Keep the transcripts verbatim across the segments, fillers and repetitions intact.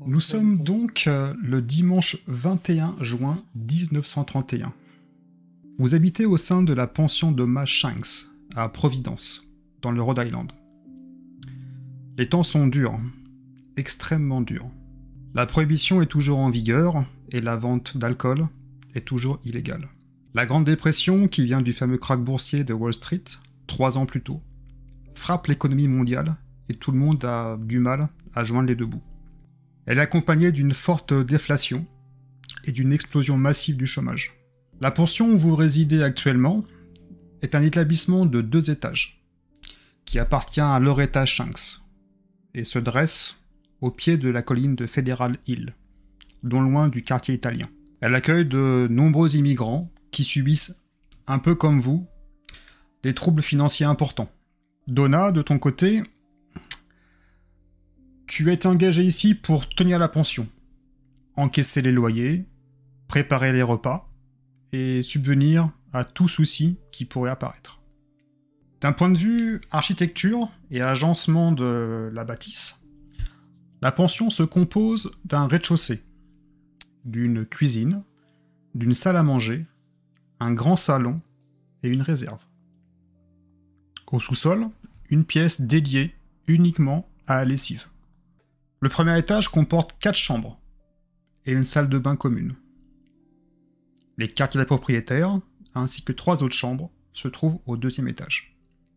Nous sommes donc euh, le dimanche vingt et un juin mille neuf cent trente et un. Vous habitez au sein de la pension de Ma Shanks, à Providence, dans le Rhode Island. Les temps sont durs, extrêmement durs. La prohibition est toujours en vigueur et la vente d'alcool est toujours illégale. La Grande Dépression, qui vient du fameux krach boursier de Wall Street, trois ans plus tôt, frappe l'économie mondiale et tout le monde a du mal à joindre les deux bouts. Elle est accompagnée d'une forte déflation et d'une explosion massive du chômage. La pension où vous résidez actuellement est un établissement de deux étages qui appartient à Loretta Shanks et se dresse au pied de la colline de Federal Hill, non loin du quartier italien. Elle accueille de nombreux immigrants qui subissent, un peu comme vous, des troubles financiers importants. Donna, de ton côté, tu es engagé ici pour tenir la pension, encaisser les loyers, préparer les repas et subvenir à tout souci qui pourrait apparaître. D'un point de vue architecture et agencement de la bâtisse, la pension se compose d'un rez-de-chaussée, d'une cuisine, d'une salle à manger, un grand salon et une réserve. Au sous-sol, une pièce dédiée uniquement à la lessive. Le premier étage comporte quatre chambres et une salle de bain commune. Les cartes des propriétaires, ainsi que trois autres chambres, se trouvent au deuxième étage.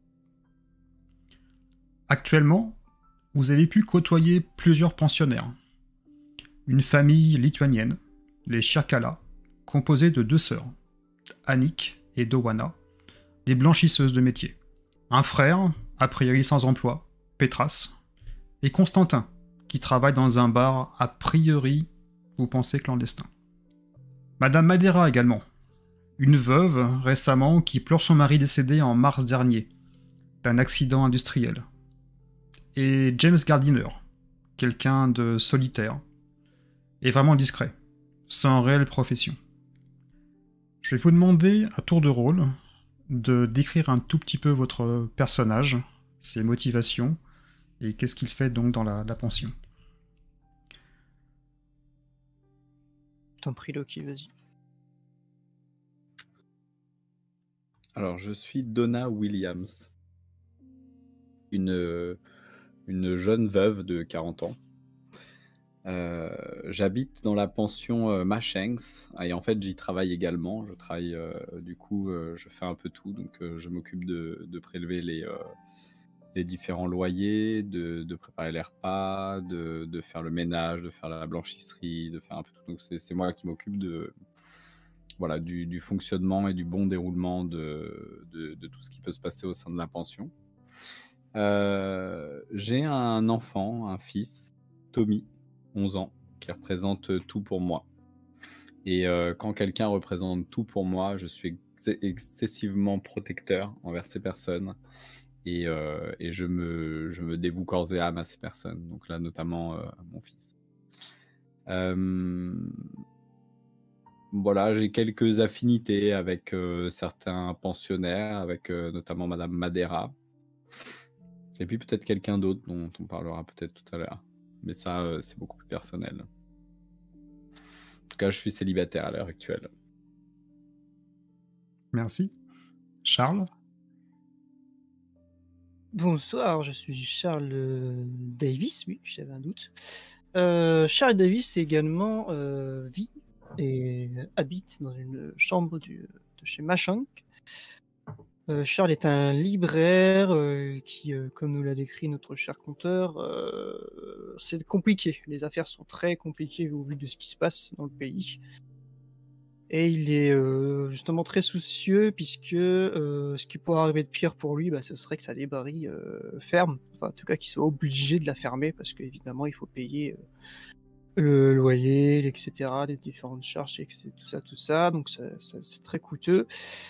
Actuellement, vous avez pu côtoyer plusieurs pensionnaires. Une famille lituanienne, les Chirkala, composée de deux sœurs, Annick et Dowana, des blanchisseuses de métier. Un frère, a priori sans emploi, Petras, et Constantin, qui travaille dans un bar a priori, vous pensez, clandestin. Madame Madeira également, une veuve récemment qui pleure son mari décédé en mars dernier, d'un accident industriel. Et James Gardiner, quelqu'un de solitaire, et vraiment discret, sans réelle profession. Je vais vous demander, à tour de rôle, de décrire un tout petit peu votre personnage, ses motivations, et qu'est-ce qu'il fait donc dans la, la pension. T'en prie, Loki, vas-y. Alors, je suis Donna Williams, une, une jeune veuve de quarante ans. Euh, j'habite dans la pension euh, Ma Shanks, et en fait j'y travaille également. Je travaille, euh, du coup, euh, je fais un peu tout. Donc, euh, je m'occupe de, de prélever les, euh, les différents loyers, de, de préparer les repas, de, de faire le ménage, de faire la blanchisserie, de faire un peu tout. Donc, c'est, c'est moi qui m'occupe de, voilà, du, du fonctionnement et du bon déroulement de, de, de tout ce qui peut se passer au sein de la pension. Euh, j'ai un enfant, un fils, Tommy, onze ans, qui représente tout pour moi. Et euh, quand quelqu'un représente tout pour moi, je suis ex- excessivement protecteur envers ces personnes. Et, euh, et je, me, je me dévoue corps et âme à ces personnes. Donc là, notamment euh, à mon fils. Euh, voilà, j'ai quelques affinités avec euh, certains pensionnaires, avec euh, notamment Madame Madeira. Et puis peut-être quelqu'un d'autre dont on parlera peut-être tout à l'heure. Mais ça, euh, c'est beaucoup plus personnel. En tout cas, je suis célibataire à l'heure actuelle. Merci. Charles ? Bonsoir, je suis Charles euh, Davis, oui, j'avais un doute. Euh, Charles Davis également euh, vit et habite dans une chambre du, de chez Ma Shanks. Euh, Charles est un libraire euh, qui, euh, comme nous l'a décrit notre cher conteur, euh, c'est compliqué. Les affaires sont très compliquées au vu de ce qui se passe dans le pays. Et il est euh, justement très soucieux puisque euh, ce qui pourrait arriver de pire pour lui, bah, ce serait que sa librairie euh, ferme. Enfin, en tout cas, qu'il soit obligé de la fermer parce qu'évidemment, il faut payer euh, le loyer, et cetera, les différentes charges, et cetera, tout ça, tout ça. Donc, ça, ça, c'est très coûteux.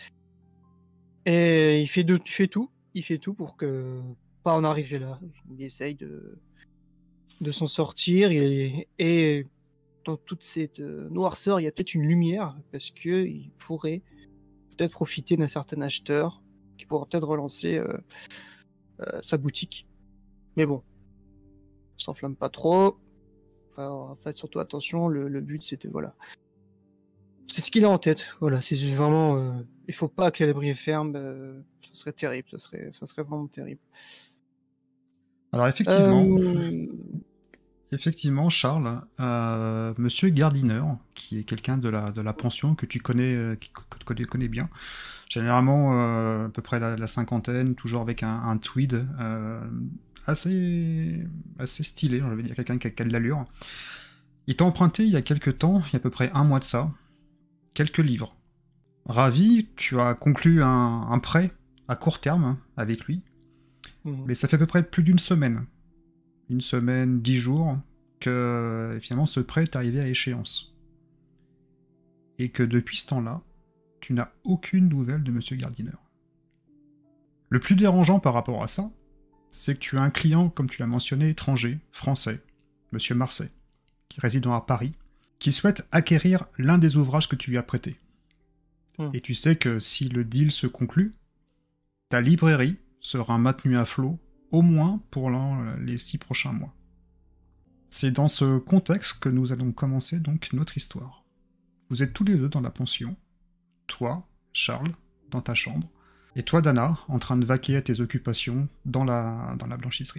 Et il fait, de, il fait tout. Il fait tout pour que pas en arriver là. Il essaye de, de s'en sortir. Et, et dans toute cette euh, noirceur, il y a peut-être une lumière parce qu'il pourrait peut-être profiter d'un certain acheteur qui pourra peut-être relancer euh, euh, sa boutique. Mais bon, on s'enflamme pas trop. Enfin, faites surtout attention, le, le but c'était voilà. C'est ce qu'il a en tête, voilà, c'est vraiment... Euh, il faut pas que la laverie ferme, euh, ce serait terrible, ce serait, ça serait vraiment terrible. Alors effectivement, Euh, effectivement Charles, euh, Monsieur Gardiner, qui est quelqu'un de la, de la pension que tu connais, euh, qui- que tu connais, connais bien, généralement euh, à peu près la, la cinquantaine, toujours avec un, un tweed euh, assez, assez stylé, je vais dire, quelqu'un qui a, qui a de l'allure. Il t'a emprunté il y a quelques temps, il y a à peu près un mois de ça, quelques livres. Ravi, tu as conclu un, un prêt à court terme avec lui, mhm. mais ça fait à peu près plus d'une semaine, une semaine, dix jours, que finalement ce prêt est arrivé à échéance. Et que depuis ce temps-là, tu n'as aucune nouvelle de Monsieur Gardiner. Le plus dérangeant par rapport à ça, c'est que tu as un client, comme tu l'as mentionné, étranger, français, Monsieur Marseille, qui réside à Paris, qui souhaite acquérir l'un des ouvrages que tu lui as prêtés. Hmm. Et tu sais que si le deal se conclut, ta librairie sera maintenue à flot au moins pour les six prochains mois. C'est dans ce contexte que nous allons commencer donc notre histoire. Vous êtes tous les deux dans la pension, toi, Charles, dans ta chambre, et toi, Dana, en train de vaquer à tes occupations dans la, dans la blanchisserie.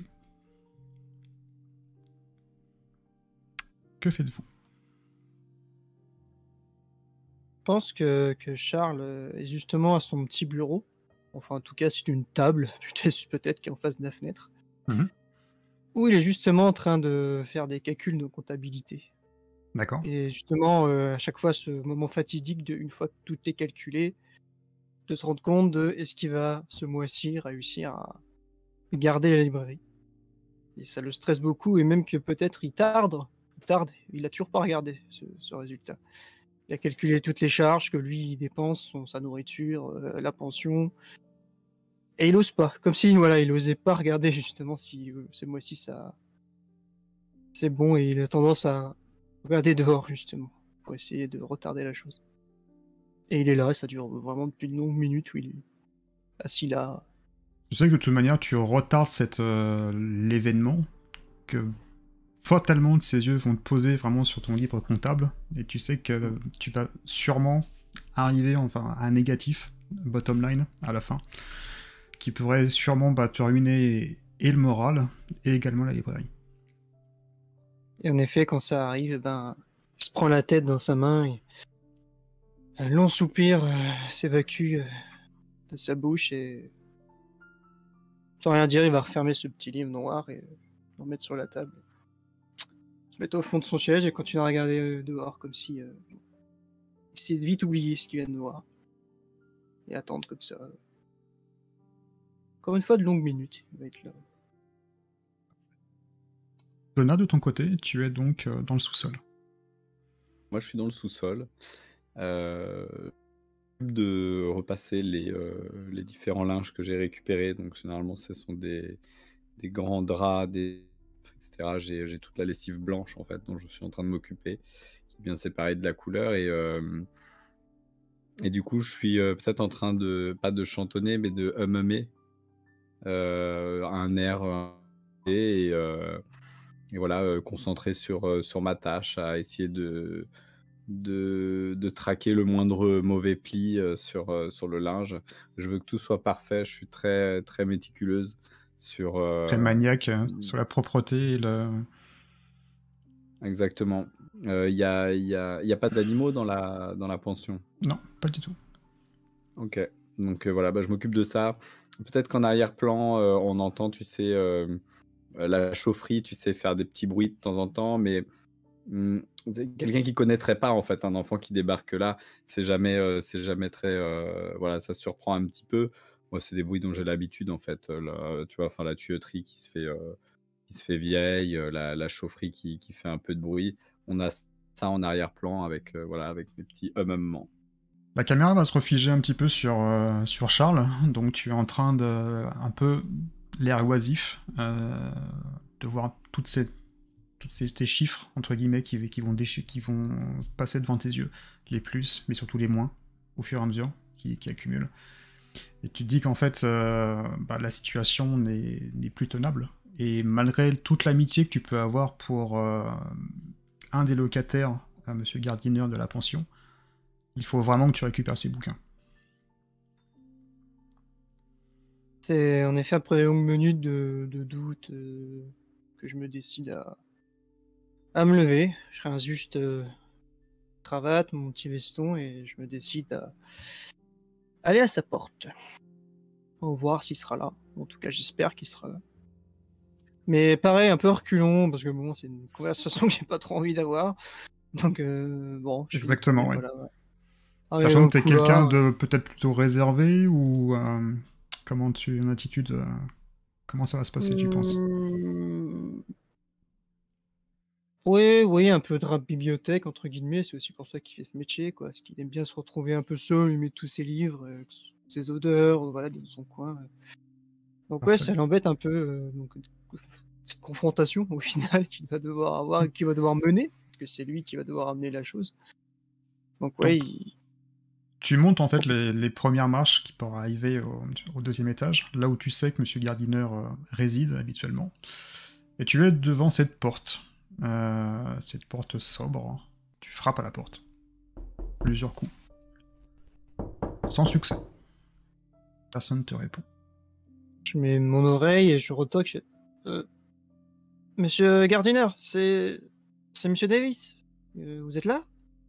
Que faites-vous ? Je pense que, que Charles est justement à son petit bureau. Enfin, en tout cas, c'est une table, peut-être qui est en face de la fenêtre, Mhm. où il est justement en train de faire des calculs de comptabilité. D'accord. Et justement, euh, à chaque fois, ce moment fatidique de, une fois que tout est calculé, de se rendre compte de est-ce qu'il va, ce mois-ci, réussir à garder la librairie. Et ça le stresse beaucoup, et même que peut-être il tarde, il tarde, il a toujours pas regardé ce, ce résultat. Il a calculé toutes les charges que lui il dépense, son, sa nourriture, euh, la pension, et il ose pas, comme si voilà, il osait pas regarder justement si euh, ce mois-ci ça c'est bon, et il a tendance à regarder dehors justement pour essayer de retarder la chose. Et il est là, ça dure vraiment depuis une longue minute où il est assis là. Tu sais que de toute manière, tu retardes cette, euh, l'événement, que fatalement de ses yeux vont te poser vraiment sur ton livre comptable, et tu sais que euh, tu vas sûrement arriver enfin, à un négatif, bottom line, à la fin, qui pourrait sûrement bah, te ruiner et, et le moral, et également la librairie. Et en effet, quand ça arrive, eh ben, il se prend la tête dans sa main, et un long soupir euh, s'évacue euh, de sa bouche, et sans rien dire, il va refermer ce petit livre noir et le remettre sur la table. Se mettre au fond de son siège et continuer à regarder euh, dehors, comme si... Euh, essayer de vite oublier ce qu'il vient de voir. Et attendre comme ça. Encore une fois, de longues minutes, il va être là. Donna, de ton côté, tu es donc euh, dans le sous-sol. Moi, je suis dans le sous-sol. Euh, de repasser les, euh, les différents linges que j'ai récupérés. Donc, généralement, ce sont des, des grands draps, des, et cetera. J'ai, j'ai toute la lessive blanche, en fait, dont je suis en train de m'occuper, qui est bien séparée de la couleur. Et, euh, et du coup, je suis euh, peut-être en train de, pas de chantonner, mais de hummer euh, un air euh, et, euh, et voilà, euh, concentré sur, euh, sur ma tâche, à essayer de... De, de traquer le moindre mauvais pli euh, sur, euh, sur le linge. Je veux que tout soit parfait, je suis très, très méticuleuse sur... euh, Très maniaque euh, sur la propreté et le... Exactement. Il euh, n'y a, y a, y a pas d'animaux dans la, dans la pension. Non, pas du tout. Ok, donc euh, voilà, bah, je m'occupe de ça. Peut-être qu'en arrière-plan, euh, on entend, tu sais, euh, la chaufferie, tu sais, faire des petits bruits de temps en temps, mais... Mmh, quelqu'un qui connaîtrait pas en fait un enfant qui débarque là, c'est jamais, euh, c'est jamais très, euh, voilà, ça surprend un petit peu. Moi, c'est des bruits dont j'ai l'habitude en fait. euh, Là, tu vois, enfin la tuyauterie qui se fait, euh, qui se fait vieille, euh, la, la chaufferie qui, qui fait un peu de bruit. On a ça en arrière-plan avec, euh, voilà, avec des petits hummements. La caméra va se refiger un petit peu sur, euh, sur Charles, donc tu es en train de, un peu, l'air oisif, euh, de voir toutes ces tous ces, ces chiffres, entre guillemets, qui, qui, vont déchi- qui vont passer devant tes yeux. Les plus, mais surtout les moins, au fur et à mesure, qui, qui accumulent. Et tu te dis qu'en fait, euh, bah, la situation n'est, n'est plus tenable. Et malgré toute l'amitié que tu peux avoir pour, euh, un des locataires, à Monsieur Gardiner de la pension, il faut vraiment que tu récupères ces bouquins. C'est en effet après de longues minutes de, de doute euh, que je me décide à, à me lever. Je rince juste euh, cravate, mon petit veston et je me décide à aller à sa porte. Pour voir s'il sera là. En tout cas, j'espère qu'il sera là. Mais pareil, un peu reculons, parce que bon, c'est une conversation que j'ai pas trop envie d'avoir. Donc, euh, bon, je Exactement, vais, oui. voilà, ouais. Ah, Sachant dans que le t'es quelqu'un couloir, de peut-être plutôt réservé, ou euh, comment tu une attitude, euh, comment ça va se passer, tu penses? hum, Oui, oui, un peu de rap bibliothèque, entre guillemets, c'est aussi pour ça qu'il fait ce métier, quoi. Parce qu'il aime bien se retrouver un peu seul, il met tous ses livres, euh, ses odeurs, euh, voilà, dans son coin. euh. Donc ouais, Parfait. ça l'embête un peu, euh, donc, cette confrontation, au final, qu'il va devoir avoir et qu'il va devoir mener, parce que c'est lui qui va devoir amener la chose. Donc ouais, Donc, il... tu montes en fait compliqué. les, les premières marches qui pourraient arriver au, au deuxième étage, là où tu sais que Monsieur Gardiner euh, réside habituellement. Et tu es devant cette porte. Euh, cette porte sobre. Tu frappes à la porte. Plusieurs coups. Sans succès. Personne ne te répond. Je mets mon oreille et je retoque. Je... Euh, Monsieur Gardiner, c'est... C'est Monsieur Davis. Euh, vous êtes là?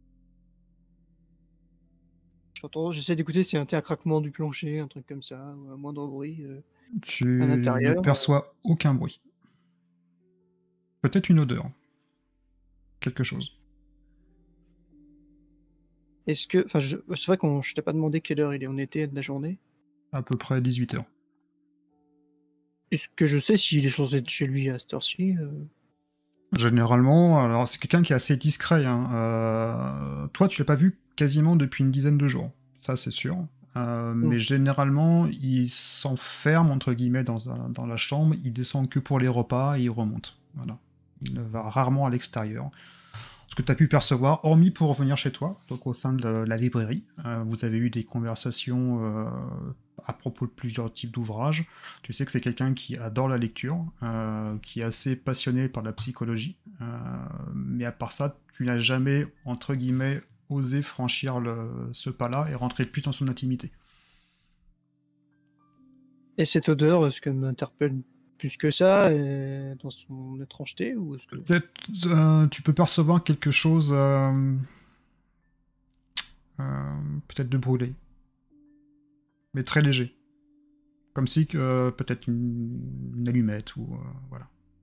J'entends, j'essaie d'écouter s'il y a un, un craquement du plancher, un truc comme ça, ou un moindre bruit euh, Tu à ne l'intérieur. perçois aucun bruit. Peut-être une odeur. Quelque chose. Est-ce que... Enfin, je... c'est vrai qu'on... Je t'ai pas demandé quelle heure il est en été de la journée. À peu près dix-huit heures. Est-ce que je sais s'il est censé être chez lui à cette heure-ci euh Généralement, alors c'est quelqu'un qui est assez discret. Hein. Euh, toi, tu l'as pas vu quasiment depuis une dizaine de jours. Ça, c'est sûr. Euh, Hmm. mais généralement, il s'enferme, entre guillemets, dans, un- dans la chambre. Il descend que pour les repas et il remonte. Voilà. Il va rarement à l'extérieur. Ce que tu as pu percevoir, hormis pour revenir chez toi, donc au sein de la librairie, euh, vous avez eu des conversations euh, à propos de plusieurs types d'ouvrages. Tu sais que c'est quelqu'un qui adore la lecture, euh, qui est assez passionné par la psychologie, euh, mais à part ça, tu n'as jamais, entre guillemets, osé franchir le, ce pas-là et rentrer plus dans son intimité. Et cette odeur, est-ce qu'elle m'interpelle plus que ça, et dans son étrangeté, ou est-ce que... Peut-être euh, tu peux percevoir quelque chose, euh, euh, peut-être de brûlé, mais très léger. Comme si que euh, peut-être une, une allumette ou euh, voilà.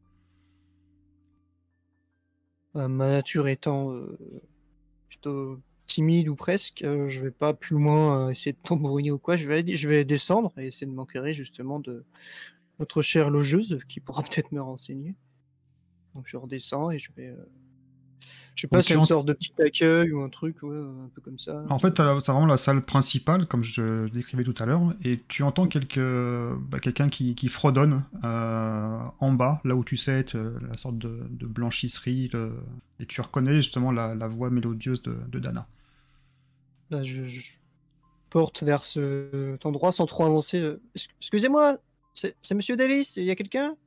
Euh, ma nature étant euh, plutôt timide ou presque, euh, je vais pas plus loin euh, essayer de t'embrouiller ou quoi. Je vais, aller- je vais descendre et essayer de m'enquérir justement de notre chère logeuse qui pourra peut-être me renseigner. Donc je redescends et je vais. euh, Je sais pas Donc si c'est tu une en... sorte de petit accueil ou un truc, ouais, un peu comme ça. En fait, t'as la- c'est vraiment la salle principale, comme je décrivais tout à l'heure, et tu entends quelques... bah, quelqu'un qui, qui fredonne euh, en bas, là où tu sais être euh, la sorte de, de blanchisserie, le- et tu reconnais justement la, la voix mélodieuse de, de Dana. Là, je, je porte vers ce- cet endroit sans trop avancer. euh, Ex- Excusez-moi, c'est c'est Monsieur Davis, il y a quelqu'un?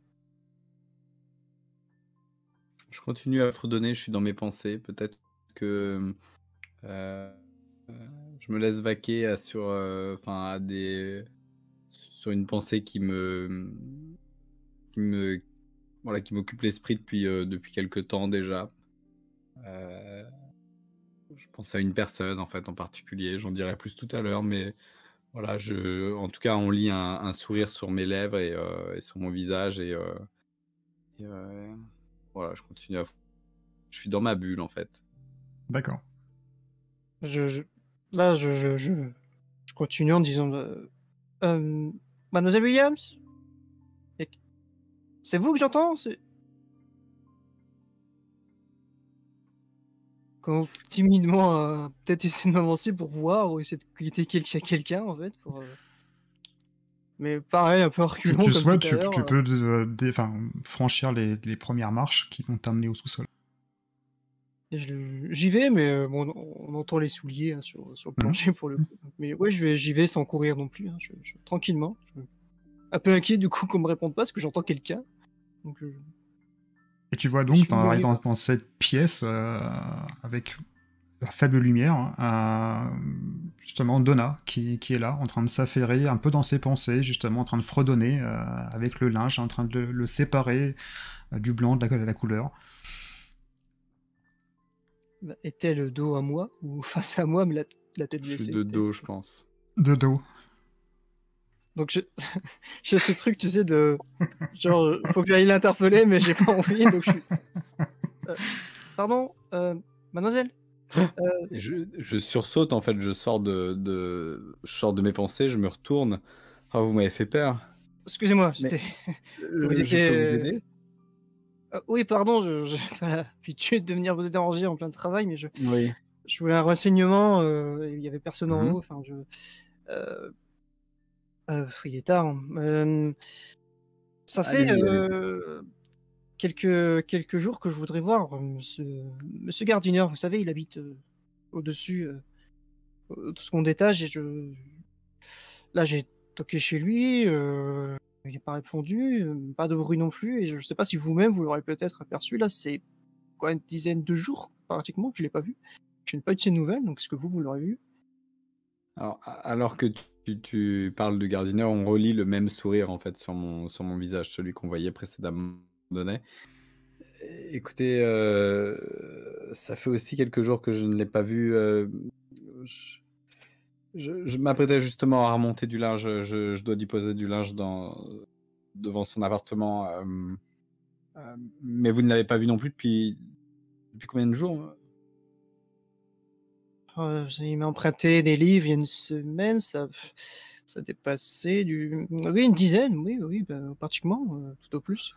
Je continue à fredonner, je suis dans mes pensées. Peut-être que euh, euh, je me laisse vaquer à, sur, euh, enfin, à des, sur une pensée qui me, qui me, voilà, qui m'occupe l'esprit depuis, euh, depuis quelque temps déjà. Euh, je pense à une personne en fait en particulier. J'en dirai plus tout à l'heure, mais voilà, je, en tout cas, on lit un, un sourire sur mes lèvres et, euh, et sur mon visage et, euh, et, euh, voilà, je continue à, je suis dans ma bulle en fait. D'accord. Je, je- Là, je, je, je, je continue en disant euh, euh, Mademoiselle Williams? Et- C'est vous que j'entends? C'est- Quand timidement, euh, peut-être essayer de m'avancer pour voir ou essayer de quitter quelqu'un, quelqu'un en fait. Pour, euh, Mais pareil, un peu Si reculons tu comme tout souhaites, à tu, l'heure. tu euh. peux euh, dé- enfin, franchir les, les premières marches qui vont t'amener au sous-sol. Et je- J'y vais, mais euh, bon, on entend les souliers hein, sur, sur le Mhm. plancher pour le coup. Mais ouais, je vais, j'y vais sans courir non plus, hein, je- je- tranquillement. Je- Un peu inquiet du coup qu'on me réponde pas parce que j'entends quelqu'un. Donc, euh, Et tu vois Je donc, suis dans, curieux. dans, dans cette pièce, euh, avec la faible lumière, euh, justement Donna qui, qui est là, en train de s'affairer, un peu dans ses pensées, justement en train de fredonner euh, avec le linge, en train de le, le séparer euh, du blanc, de la, de la couleur. Bah, est-elle dos à moi ou face à moi, mais la, la tête Je suis baissée de peut-être. dos, je pense. De dos. Donc je- j'ai ce truc, tu sais, de genre, faut que j'aille l'interpeller, mais j'ai pas envie, donc je suis. Euh, pardon, euh, mademoiselle. Et je, je sursaute, en fait, je sors de, de, je sors de mes pensées, je me retourne. Ah, vous m'avez fait peur. Excusez-moi, Mais j'étais. euh, Vous je étiez. peux vous aider? Euh, oui, pardon, je j'ai pas l'habitude de venir vous déranger en plein travail, mais je, Oui. je voulais un renseignement. euh, Il y avait personne en Mhm. haut. Enfin, je. Euh, euh, il est tard. hein. Euh, ça fait Allez-y, allez-y. euh, quelques, quelques jours que je voudrais voir euh, monsieur, monsieur Gardiner. Vous savez, il habite euh, au-dessus, euh, au second étage, et je. Là, j'ai toqué chez lui. euh, Il n'a pas répondu. euh, Pas de bruit non plus. Et je ne sais pas si vous-même, vous l'aurez peut-être aperçu. Là, c'est quoi, une dizaine de jours, pratiquement, que je ne l'ai pas vu. Je n'ai pas eu de ses nouvelles. Donc, est-ce que vous, vous l'aurez vu? Alors, a- alors que tu, tu parles de Gardiner, on relit le même sourire, en fait, sur mon, sur mon visage, celui qu'on voyait précédemment. Donné. Écoutez, euh, ça fait aussi quelques jours que je ne l'ai pas vu. euh, je je, je m'apprêtais justement à remonter du linge. Je, je dois déposer du linge dans, devant son appartement. euh, euh, mais vous ne l'avez pas vu non plus depuis, depuis combien de jours? Euh, il m'a emprunté des livres il y a une semaine. Ça, ça dépassait du. Oui, une dizaine. Oui, oui, ben, pratiquement, euh, tout au plus.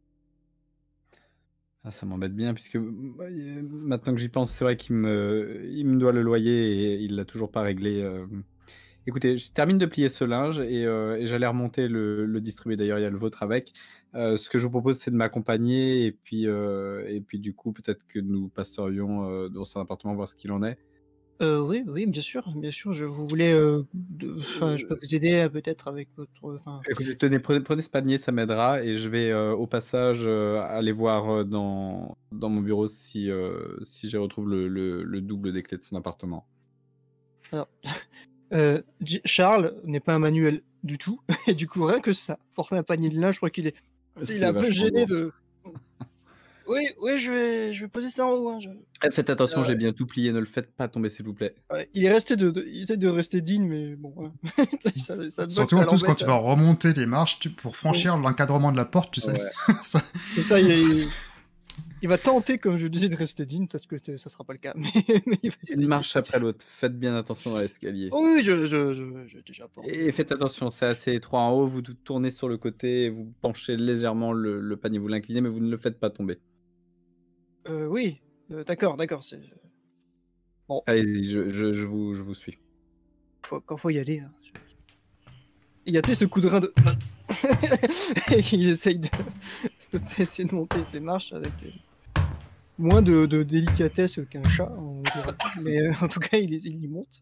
Ah, ça m'embête bien, puisque euh, maintenant que j'y pense, c'est vrai qu'il me, il me doit le loyer et il l'a toujours pas réglé. euh. Écoutez, je termine de plier ce linge et, euh, et j'allais remonter le, le distribuer. D'ailleurs, il y a le vôtre avec. Euh, ce que je vous propose, c'est de m'accompagner et puis, euh, et puis du coup, peut-être que nous passerions euh, dans son appartement voir ce qu'il en est. Euh, oui, oui, bien sûr, bien sûr. Je vous voulais. euh, de- Enfin, je peux vous aider euh, peut-être avec votre. Enfin, Écoutez, tenez, prenez, prenez ce panier, ça m'aidera et je vais euh, au passage euh, aller voir euh, dans, dans mon bureau si, euh, si je retrouve le, le- le double des clés de son appartement. alors, euh, J- Charles n'est pas un manuel du tout, et du coup, rien que ça, porter un panier de linge, je crois qu'il est. Il est C'est un peu vachement gêné lourd. de. Oui, oui, je vais, je vais poser ça en haut. hein, je- Eh, Faites attention, Euh, j'ai bien tout plié, ne le faites pas tomber s'il vous plaît. ouais, il est resté de, de- il essaie de rester digne, mais bon, hein. ça, ça te voit que Surtout ça en plus quand l'embête. tu vas hein. remonter les marches tu- pour franchir l'encadrement de la porte, tu sais. Ouais. ça- C'est ça, il, est- il va tenter, comme je disais, de rester digne, parce que t- ça sera pas le cas. Mais, mais il va essayer. Une marche après l'autre, faites bien attention dans l'escalier. Oh oui, je, je, je, je- déjà pas. Et faites attention, c'est assez étroit en haut, vous tournez sur le côté, vous penchez légèrement le, le panier, vous l'inclinez, mais vous ne le faites pas tomber. Euh, oui, euh, d'accord, d'accord. C'est Allez-y, je, je, je vous, je vous suis. faut, quand faut y aller. hein. Il y a tu sais, ce coup de rein de. Et il essaye de, de essayer de monter ses marches avec euh, moins de, de délicatesse qu'un chat, on dirait. Mais euh, en tout cas, il, il y monte.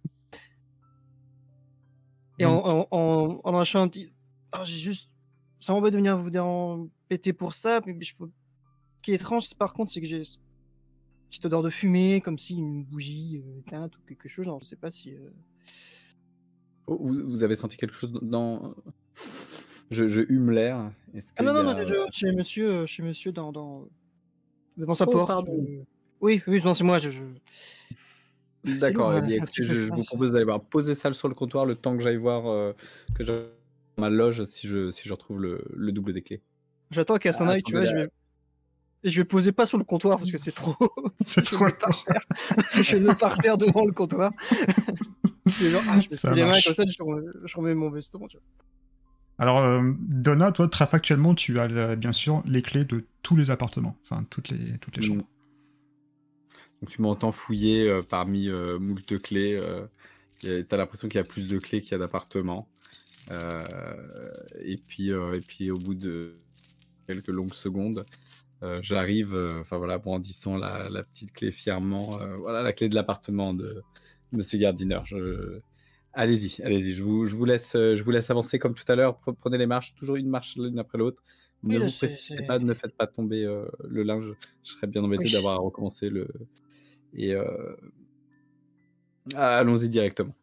Et en, en, en, en lâchant un petit. Ah, j'ai juste. Ça m'embête de venir vous déranger péter pour ça. Mais je peux... Ce qui est étrange, par contre, c'est que j'ai une petite odeur de fumée, comme si une bougie euh, éteinte ou quelque chose. Alors, je sais pas si. euh, Oh, vous, vous avez senti quelque chose dans... Je, je hume l'air. Est-ce Ah qu'il non, y non, non, a... je- chez monsieur, euh, chez monsieur dans, dans, devant sa Oh, porte. pardon. euh, Oui, oui, non, c'est moi. Je, je... C'est D'accord, lourd, eh hein, bien, un petit écoutez, peu. je, je hein, vous ça. propose d'aller voir. Posez ça sur le comptoir le temps que j'aille voir euh, que je ma loge si je, si je retrouve le, le double des clés. J'attends qu'elle s'en Ah, aille, tu vois. attendez, Je là. vais... Et je vais poser pas sur le comptoir parce que c'est trop. C'est Je trop mets par lourd. terre. Je mets par terre devant le comptoir. Et genre, ah, je me Ça fais les mains marche. comme ça, je remets, je remets mon veston. Tu vois. Alors, euh, Donna, toi, très factuellement, tu as euh, bien sûr les clés de tous les appartements, enfin toutes les, toutes les Mm. chambres. Donc tu m'entends fouiller euh, parmi euh, moult clés. Euh, et t'as l'impression qu'il y a plus de clés qu'il y a d'appartements. Euh, et, puis, euh, et puis au bout de quelques longues secondes, euh, j'arrive, euh, enfin voilà, brandissant la, la petite clé fièrement. euh, voilà la clé de l'appartement de Monsieur Gardiner. Je... Allez-y, allez-y. Je vous, je vous laisse, euh, je vous laisse avancer comme tout à l'heure. Pre- Prenez les marches, toujours une marche l'une après l'autre. Ne Oui, là, vous c'est... précipitez c'est- pas, ne faites pas tomber euh, le linge. Je serais bien embêté Oui. d'avoir à recommencer le. Et euh, ah, allons-y directement.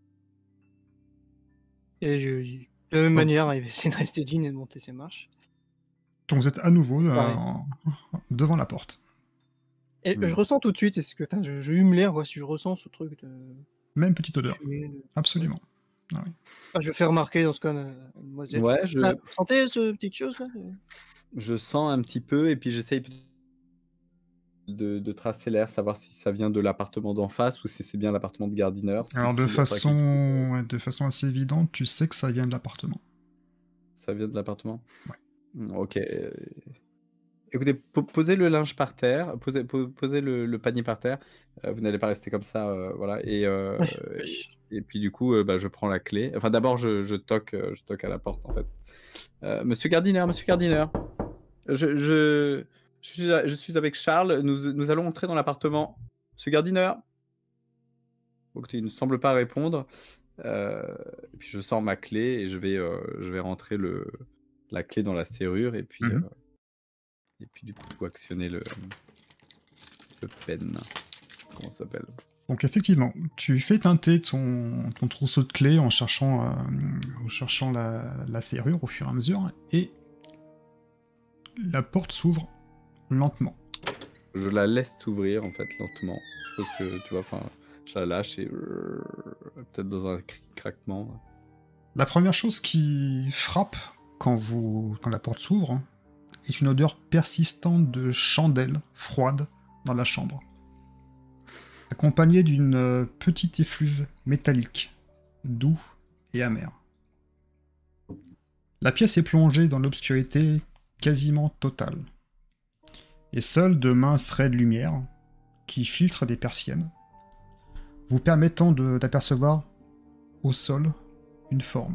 Et je... De la même Donc, manière, il va essayer de rester digne et de monter ses marches. donc vous êtes à nouveau euh, Pareil. en- devant la porte. Et Hmm. je ressens tout de suite, est-ce que enfin, je, je hume l'air, voir si je ressens ce truc de Même petite odeur. fumée. de- Absolument. Ah oui. Ah, je fais remarquer dans ce cas à mademoiselle. Ouais, je, Ah, vous sentez ce petite chose là euh je sens un petit peu et puis j'essaye de, de tracer l'air, savoir si ça vient de l'appartement d'en face ou si c'est bien l'appartement de Gardiner. Si, Alors de s'il y a pas quelque chose, euh, façon, ouais, de façon assez évidente, tu sais que ça vient de l'appartement. ça vient de l'appartement. Ouais. Hmm, Ok. euh, Écoutez, po- posez le linge par terre, posez, po- posez le, le panier par terre. euh, vous n'allez pas rester comme ça, euh, voilà. Et, euh, Oui, et, oui. et puis du coup, euh, bah, je prends la clé. Enfin, d'abord, je, je toque, euh, je toque à la porte en fait. Euh, Monsieur Gardiner, Monsieur Gardiner, je, je, je, suis, je suis avec Charles. Nous, nous allons entrer dans l'appartement. Monsieur Gardiner. Bon, écoutez, il ne semble pas répondre. Euh, et puis je sors ma clé et je vais, euh, je vais rentrer le, la clé dans la serrure et puis, Mhm. euh, et puis du coup actionner le, le pen. Comment ça s'appelle? Donc effectivement, tu fais teinter ton, ton trousseau de clés en cherchant, euh, en cherchant la, la serrure au fur et à mesure, et la porte s'ouvre lentement. Je la laisse s'ouvrir en fait lentement. Parce que tu vois, enfin, je la lâche et euh, peut-être dans un cri- craquement. La première chose qui frappe quand, vous, quand la porte s'ouvre hein, est une odeur persistante de chandelle froide dans la chambre, accompagnée d'une euh, petite effluve métallique, doux et amer. La pièce est plongée dans l'obscurité quasiment totale, et seules de minces raies de lumière, qui filtrent des persiennes, vous permettant de- d'apercevoir au sol une forme.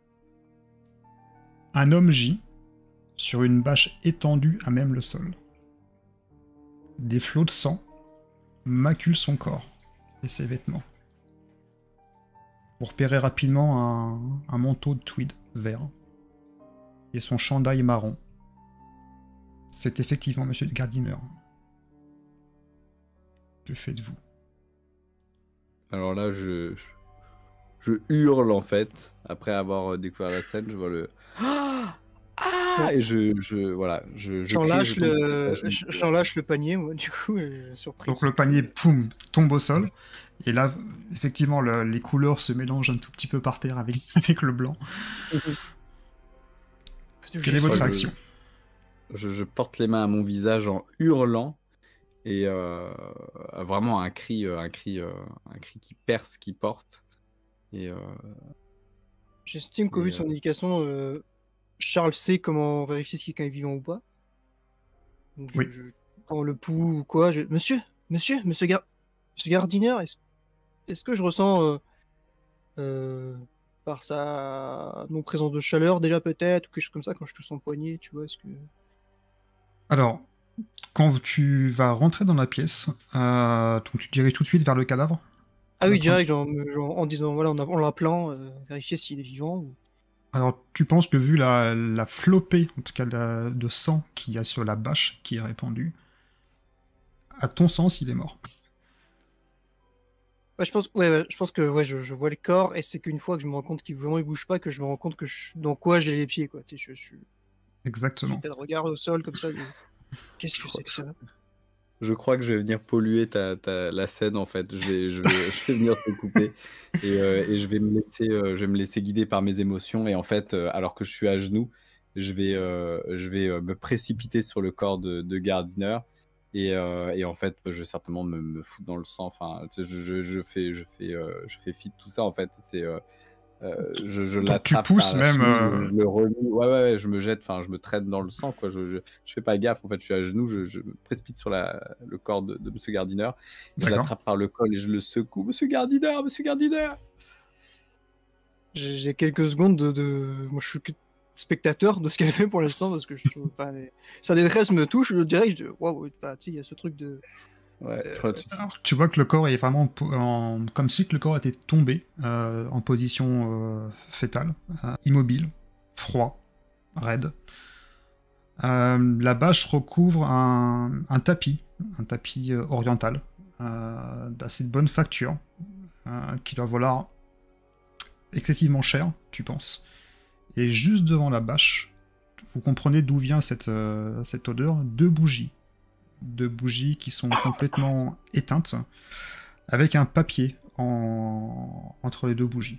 Un homme gît sur une bâche étendue à même le sol. Des flots de sang maculent son corps et ses vêtements. Vous repérez rapidement un, un manteau de tweed vert et son chandail marron. C'est effectivement Monsieur Gardiner. Que faites-vous? Alors là, je, je, je hurle en fait. Après avoir euh, découvert la scène, je vois le. Ah Ah Et je, je, voilà, je, je J'en crie, lâche je tombe le, à genoux. j'en lâche le panier, moi, du coup, et surprise. Donc le panier, poum, tombe au sol. Et là, effectivement, le- les couleurs se mélangent un tout petit peu par terre avec, avec le blanc. Quelle est votre je- réaction? Je, je porte les mains à mon visage en hurlant et euh, vraiment un cri, euh, un cri, euh, un cri qui perce, qui porte. Et euh, J'estime qu'au Et, vu de son euh, indication, euh, Charles sait comment vérifier si quelqu'un est vivant ou pas. Donc je, Oui. je prends le pouls ou quoi. Je... Monsieur, monsieur, monsieur, Gar... monsieur Gardiner, est-ce est-ce que je ressens euh, euh, par sa non-présence de chaleur déjà peut-être ou quelque chose comme ça quand je touche son poignet, tu vois, est-ce que... Alors, quand tu vas rentrer dans la pièce, euh, donc tu te diriges tout de suite vers le cadavre. Ah oui, D'accord. direct, genre, me- genre, en disant, voilà, en, en l'appelant, euh, vérifier s'il est vivant. Ou... Alors, tu penses que vu la, la flopée, en tout cas la- de sang qu'il y a sur la bâche qui est répandue, à ton sens, il est mort. Ouais, je pense, ouais, ouais, je pense que ouais, je, je vois le corps et c'est qu'une fois que je me rends compte qu'il vraiment il bouge pas, que je me rends compte que je, dans quoi j'ai les pieds, quoi. Tu sais, je, je, je, Exactement. t'as le regard au sol comme ça. de- Qu'est-ce que Je c'est que ça? je crois que je vais venir polluer ta, ta- la scène en fait. Je vais, je vais, je vais venir te couper et, euh, et je vais me laisser, euh, je vais me laisser guider par mes émotions. Et en fait, euh, alors que je suis à genoux, je vais, euh, je vais euh, me précipiter sur le corps de, de Gardiner. Et, euh, et en fait, je vais certainement me, me foutre dans le sang. Enfin, tu sais, je, je, je fais, je fais, euh, je fais fi de tout ça en fait. C'est, euh, euh, je, je Donc, l'attrape tu pousses par la même, chemise, euh, je le remue. Ouais, ouais, ouais, je me jette. Enfin, je me traîne dans le sang, quoi. Je, je, je fais pas gaffe. En fait, je suis à genoux. Je, je me précipite sur la, le corps de, de Monsieur Gardiner. Je D'accord. l'attrape par le col et je le secoue. Monsieur Gardiner, Monsieur Gardiner. J'ai j'ai quelques secondes de, de... Moi, je suis que spectateur de ce qu'elle fait pour l'instant parce que je trouve. Enfin, les- sa détresse me touche. Je dirais, je dis, waouh, enfin, tu sais, il y a ce truc de. Ouais, Euh, je crois que tu- Alors, tu vois que le corps est vraiment po- en- comme si que le corps était tombé euh, en position euh, fétale, euh, immobile, froid, raide. Euh, la bâche recouvre un, un tapis, un tapis euh, oriental, euh, d'assez de bonne facture, euh, qui doit valoir excessivement cher, tu penses. Et juste devant la bâche, vous comprenez d'où vient cette, euh, cette odeur, deux bougies. Deux bougies qui sont complètement éteintes, avec un papier en... entre les deux bougies.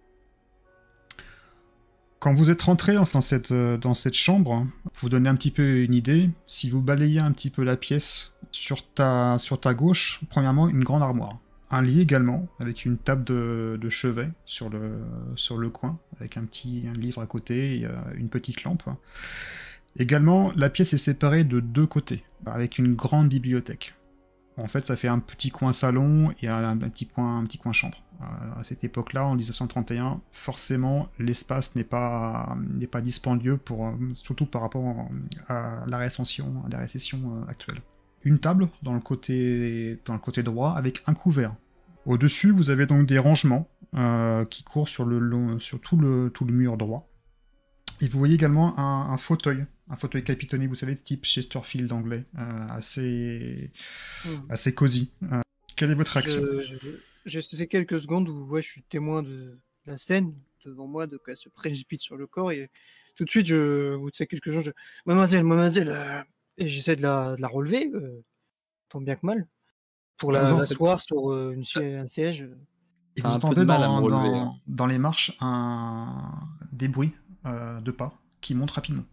Quand vous êtes rentré enfin, dans, cette, dans cette chambre, pour vous donner un petit peu une idée, si vous balayez un petit peu la pièce, sur ta, sur ta gauche, premièrement, une grande armoire. Un lit également, avec une table de, de chevet sur le, sur le coin, avec un petit un livre à côté et euh, une petite lampe. Également, la pièce est séparée de deux côtés, avec une grande bibliothèque. En fait, ça fait un petit coin salon et un, un, petit, coin, un petit coin chambre. Euh, à cette époque-là, en dix-neuf cent trente et un, forcément, l'espace n'est pas, n'est pas dispendieux, pour, euh, surtout par rapport à la récession, à la récession euh, actuelle. Une table dans le, côté, dans le côté droit avec un couvert. Au-dessus, vous avez donc des rangements euh, qui courent sur, le long, sur tout, le, tout le mur droit. Et vous voyez également un, un fauteuil, un fauteuil capitonné, vous savez, type Chesterfield anglais, euh, assez, mmh. assez cosy. Euh, quelle est votre action? Je, je, je sais quelques secondes où ouais, je suis témoin de la scène devant moi, de qu'elle se précipite sur le corps, et tout de suite, je, vous savez quelque chose, je... Mademoiselle, mademoiselle, euh... et j'essaie de la, de la relever, euh, tant bien que mal, pour la, l'asseoir sur euh, une, un siège. Et vous entendez dans, relever, dans, hein. dans les marches un... des bruits euh, de pas qui montent rapidement.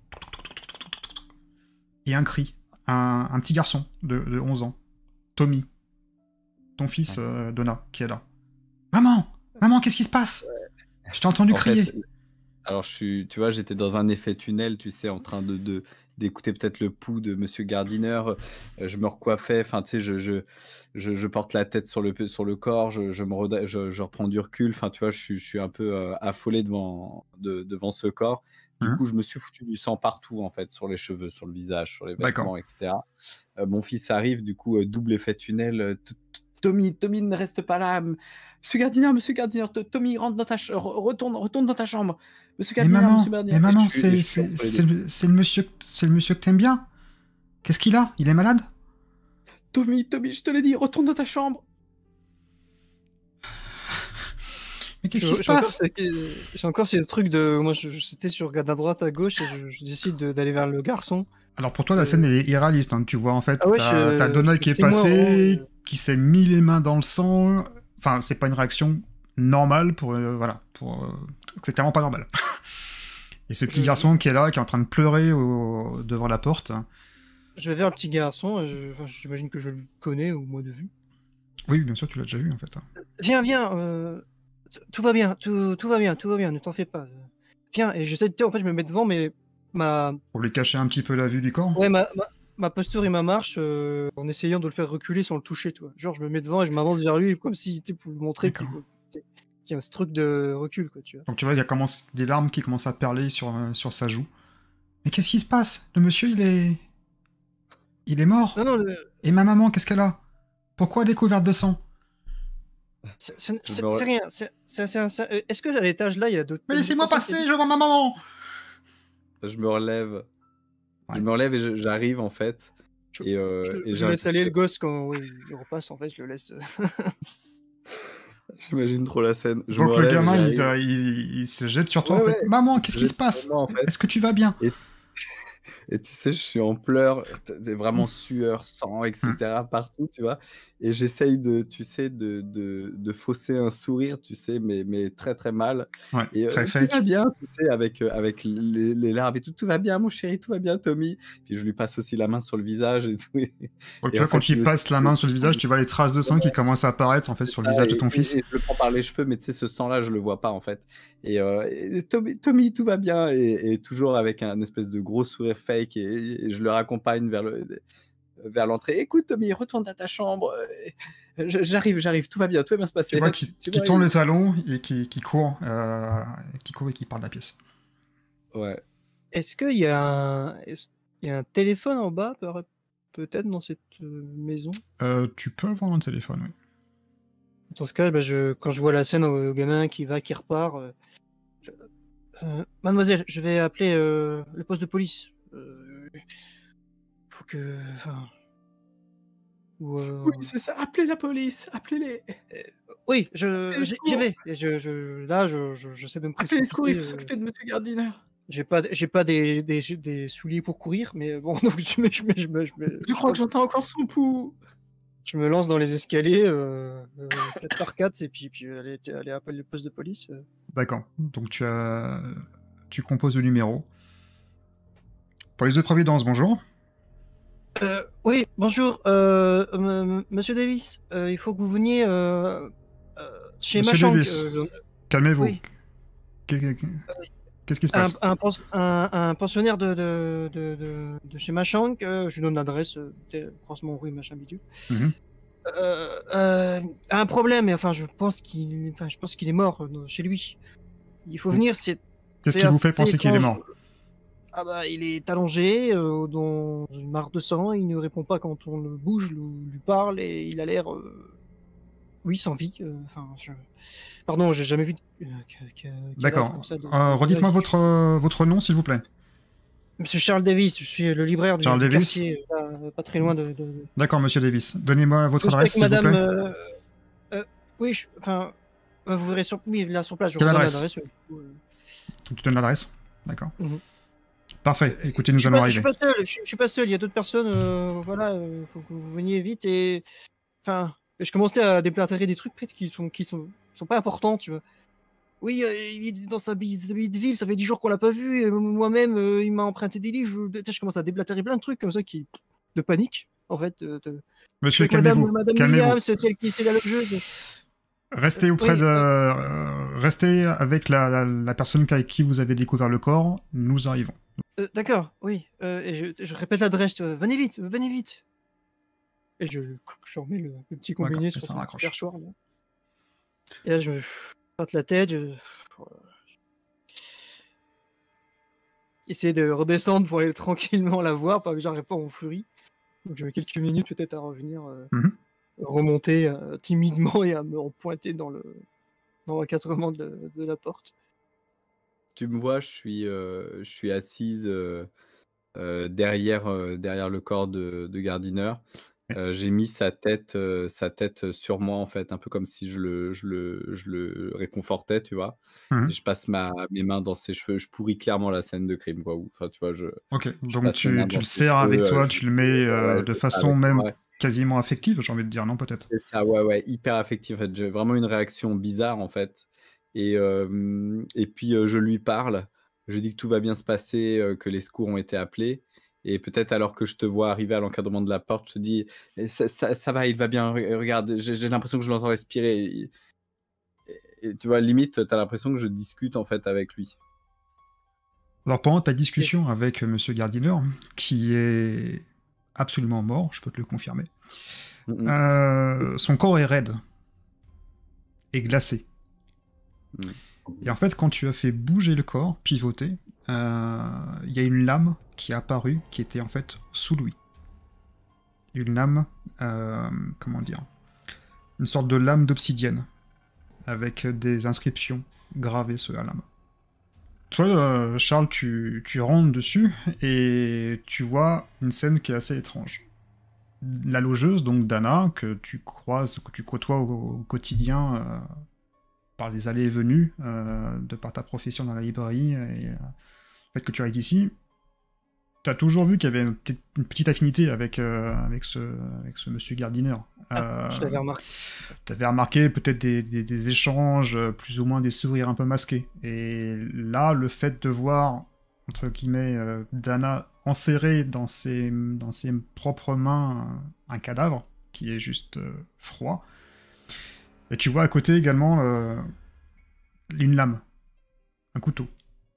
Et un cri. Un, un petit garçon de, de onze ans. Tommy. Ton fils, euh, Donna, qui est là. Maman! Maman, qu'est-ce qui se passe? Je t'ai entendu en crier. Fait, alors, je suis, tu vois, j'étais dans un effet tunnel, tu sais, en train de... de... d'écouter peut-être le pouls de Monsieur Gardiner, euh, je me recoiffais, enfin tu sais, je, je, je, je porte la tête sur le, sur le corps, je, je, me reda... je, je reprends du recul, enfin tu vois, je suis, je suis un peu euh, affolé devant, de, devant ce corps. Du mmh. coup, je me suis foutu du sang partout, en fait, sur les cheveux, sur le visage, sur les vêtements, et cetera. Euh, mon fils arrive, du coup, euh, double effet tunnel. Tommy, Tommy, ne reste pas là. Monsieur Gardiner, Monsieur Gardiner, Tommy, rentre dans ta ch... retourne, retourne dans ta chambre. Monsieur Gardiner, mais maman, Monsieur Gardiner. Mais maman, c'est, c'est, c'est, le, c'est le monsieur, c'est le monsieur que t'aimes bien. Qu'est-ce qu'il a? Il est malade? Tommy, Tommy, je te l'ai dit, retourne dans ta chambre. Mais qu'est-ce qui se passe? J'ai encore ces trucs de... Moi, j'étais sur regarde à droite, à gauche, et je, je décide de, d'aller vers le garçon. Alors pour toi, la euh... scène elle est irréaliste. Hein. Tu vois, en fait, ah ouais, t'as, je... t'as Donald qui est passé, moi, qui s'est mis les mains dans le sang. Enfin, c'est pas une réaction normale pour... Euh, voilà, pour... Euh, c'est clairement pas normal. Et ce petit je... garçon qui est là, qui est en train de pleurer au... devant la porte. Je vais vers le petit garçon, je... enfin, j'imagine que je le connais au moins de vue. Oui, bien sûr, tu l'as déjà vu, en fait. Viens, viens euh... Tout va bien, tout, tout va bien, tout va bien, ne t'en fais pas. Viens, et j'essaie de... En fait, je me mets devant, mais ma... Pour lui cacher un petit peu la vue du corps? Ouais, ma, ma, ma posture et ma marche, euh, en essayant de le faire reculer sans le toucher, toi. Genre, je me mets devant et je m'avance vers lui, comme si, tu sais, pour lui montrer qu'il y a ce truc de recul, quoi, tu vois. Donc tu vois, il y a commence... des larmes qui commencent à perler sur, euh, sur sa joue. Mais qu'est-ce qui se passe? Le monsieur, il est... Il est mort? Non, non, le... Et ma maman, qu'est-ce qu'elle a? Pourquoi elle est couverte de sang? C'est, c'est, c'est, c'est rien. C'est, c'est, c'est, c'est... Est-ce que à l'étage là, il y a d'autres... Mais laissez-moi passer, je vois ma maman. Je me relève. Ouais. Je me relève et je, j'arrive en fait. Je, et, euh, je, et je laisse aller le gosse quand oui, il repasse, en fait, je le laisse. J'imagine trop la scène. Je Donc le gamin, il, il, il se jette sur toi ouais, en fait. Ouais. Maman, qu'est-ce qui se passe? Vraiment, en fait. Est-ce que tu vas bien? et... Et tu sais, je suis en pleurs, c'est vraiment sueur, sang, et cetera mmh. partout, tu vois. Et j'essaye de, tu sais, de, de, de fausser un sourire, tu sais, mais, mais très très mal. Ouais, et très euh, fake. Tout va bien, tu sais, avec, avec les, les larmes et tout. Tout va bien, mon chéri, tout va bien, Tommy. Puis je lui passe aussi la main sur le visage et tout. Et, Donc, tu vois, quand tu passes la main sur le visage, tu vois les traces de sang ouais. qui commencent à apparaître en fait sur le visage et, de ton et, fils. Et je le prends par les cheveux, mais tu sais, ce sang-là, je le vois pas en fait. Et, euh, et Tommy, Tommy, tout va bien. Et, et toujours avec un espèce de gros sourire fake. Et, et je le raccompagne vers, le, vers l'entrée. Écoute, Tommy, retourne dans ta chambre. J'arrive, j'arrive. Tout va bien, tout va bien se passer. Tu vois qui, qui vois, tourne il... les talons et qui, qui court, euh, qui court et qui part de la pièce. Ouais. Est-ce qu'il y a un, est-ce qu'il y a un téléphone en bas, peut-être dans cette maison? euh, Tu peux avoir un téléphone, oui. Dans ce cas, bah, je, quand je vois la scène au gamin qui va, qui repart, euh, je, euh, mademoiselle, je vais appeler euh, le poste de police. Euh, faut que, enfin, ou, euh, Oui, c'est ça. Appelez la police. Appelez-les. oui, je, Appelez les j'y secours. j'y vais. Et je, je, là, je, je, j'essaie de me Appelez les secours. Il précipiter. faut euh, s'occuper de Monsieur Gardiner. J'ai pas, j'ai pas des, des, des souliers pour courir, mais bon, donc je me, je me, je me, je me, Je crois que j'entends encore son pouls. je me lance dans les escaliers, euh, euh, quatre par quatre, et puis, puis aller, aller appeler le poste de police. euh. D'accord. Donc tu as... Tu composes le numéro. Police de Providence, bonjour. Euh, oui, bonjour, euh, m- Monsieur Davis. euh, il faut que vous veniez euh, euh, chez Monsieur Machank. Davis, euh, calmez-vous. oui. Qu'est- Qu'est-ce qui se Un, passe? un, pens- un- un pensionnaire de, de, de, de, de chez Machank, euh, je lui donne l'adresse, euh, de- croisement rue machin bidule. Mhm. Euh, euh, a un problème, mais enfin, je pense qu'il, enfin, je pense qu'il est mort euh, chez lui. Il faut venir. C'est Qu'est-ce c'est qui vous fait assez penser qu'il est étrange. mort? Ah bah, il est allongé, euh, dans une mare de sang. Il ne répond pas quand on le bouge, ou lui parle, et il a l'air, euh, oui, sans vie. euh, Enfin, je... pardon, j'ai jamais vu de euh, ca- ca- cadavre D'accord. comme ça. de- Euh, de- Redites-moi de- votre, euh, votre nom, s'il vous plaît. Monsieur Charles Davis, je suis le libraire du, Charles du Davis. quartier, là, pas très loin de. de... de- D'accord, monsieur Davis. Donnez-moi votre Je sais adresse, que s'il vous Madame, plaît. euh, euh, oui, je- enfin, euh, vous verrez sur, oui, là sur place. Je Quelle vous donne adresse? l'adresse. euh, du coup, euh. Donc, tu donnes l'adresse. D'accord. Mhm. Parfait. Écoutez, nous Je suis allons pas, je suis arriver. pas seul. Je, suis- je suis pas seul. Il y a d'autres personnes. euh, voilà, il faut que vous veniez vite. Et enfin, je commençais à déblatérer des trucs peut-être qui sont qui sont sont pas importants, tu vois. Oui, euh, il est dans sa bille sa bille de ville. Ça fait dix jours qu'on l'a pas vu. Et moi-même, euh, il m'a emprunté des livres. Je, je commence à déblatérer plein de trucs comme ça qui de panique en fait. De, de... Monsieur, Avec Madame, calmez-vous. Madame Calmez-vous. Williams, c'est celle qui c'est la logeuse. Restez Euh, auprès oui, de... euh, euh, Restez avec la, la, la personne avec qui vous avez découvert le corps. Nous arrivons. Euh, D'accord, oui. Euh, et je, je répète l'adresse. euh, venez vite, venez vite. Et je, je remets le, le petit D'accord, combiné et sur ça son raccroche. perchoir. Là. Et là, je me gratte la tête. Je... Essayer de redescendre pour aller tranquillement la voir, pas que j'arrive pas en furie. Donc je mets quelques minutes peut-être à revenir, euh, Mhm. remonter euh, timidement et à me pointer dans le dans l'encadrement de, de la porte. Tu me vois, je suis, euh, je suis assise euh, euh, derrière, euh, derrière le corps de, de Gardiner. Euh, j'ai mis sa tête, euh, sa tête sur moi, en fait, un peu comme si je le, je le, je le réconfortais, tu vois. Mhm. Et je passe ma, mes mains dans ses cheveux. Je pourris clairement la scène de crime, quoi. Ou, Enfin, tu vois, je, Ok, je donc passe mes tu, mains tu dans le ses serres avec cheveux. toi, euh, tu je- le mets euh, ouais, de je- façon avec même moi. quasiment affective, j'ai envie de dire, non, peut-être. C'est ça, ouais, ouais, hyper affectif. En fait, j'ai vraiment une réaction bizarre, en fait. Et, euh, et puis, euh, je lui parle. Je dis que tout va bien se passer, euh, que les secours ont été appelés. Et peut-être alors que je te vois arriver à l'encadrement de la porte, je te dis eh, ça, ça, ça va, il va bien. Re- Regarde, j'ai j'ai l'impression que je l'entends respirer. Et, et- et tu vois, limite, tu as l'impression que je discute en fait avec lui. Alors pendant ta discussion avec euh, monsieur Gardiner, qui est absolument mort, je peux te le confirmer, Mhm. euh, son corps est raide et glacé. Mhm. Et en fait, quand tu as fait bouger le corps, pivoter, euh, il y a une lame qui est apparue, qui était en fait sous lui. Une lame, euh, comment dire, une sorte de lame d'obsidienne, avec des inscriptions gravées sur la lame. Toi, euh, Charles, tu, tu rentres dessus, et tu vois une scène qui est assez étrange. La logeuse, donc Dana, que tu croises, que tu côtoies au, au quotidien, euh, par les allées et venues, euh, de par ta profession dans la librairie, et euh, le fait que tu arrives ici, tu as toujours vu qu'il y avait une petite, une petite affinité avec, euh, avec, ce, avec ce monsieur Gardiner. Ah, je Euh, l'avais remarqué. tu avais remarqué peut-être des, des- des échanges, euh, plus ou moins des sourires un peu masqués. Et là, le fait de voir, entre guillemets, euh, Dana enserrer dans ses, dans ses propres mains un, un cadavre, qui est juste euh, froid, et tu vois à côté également euh, une lame, un couteau.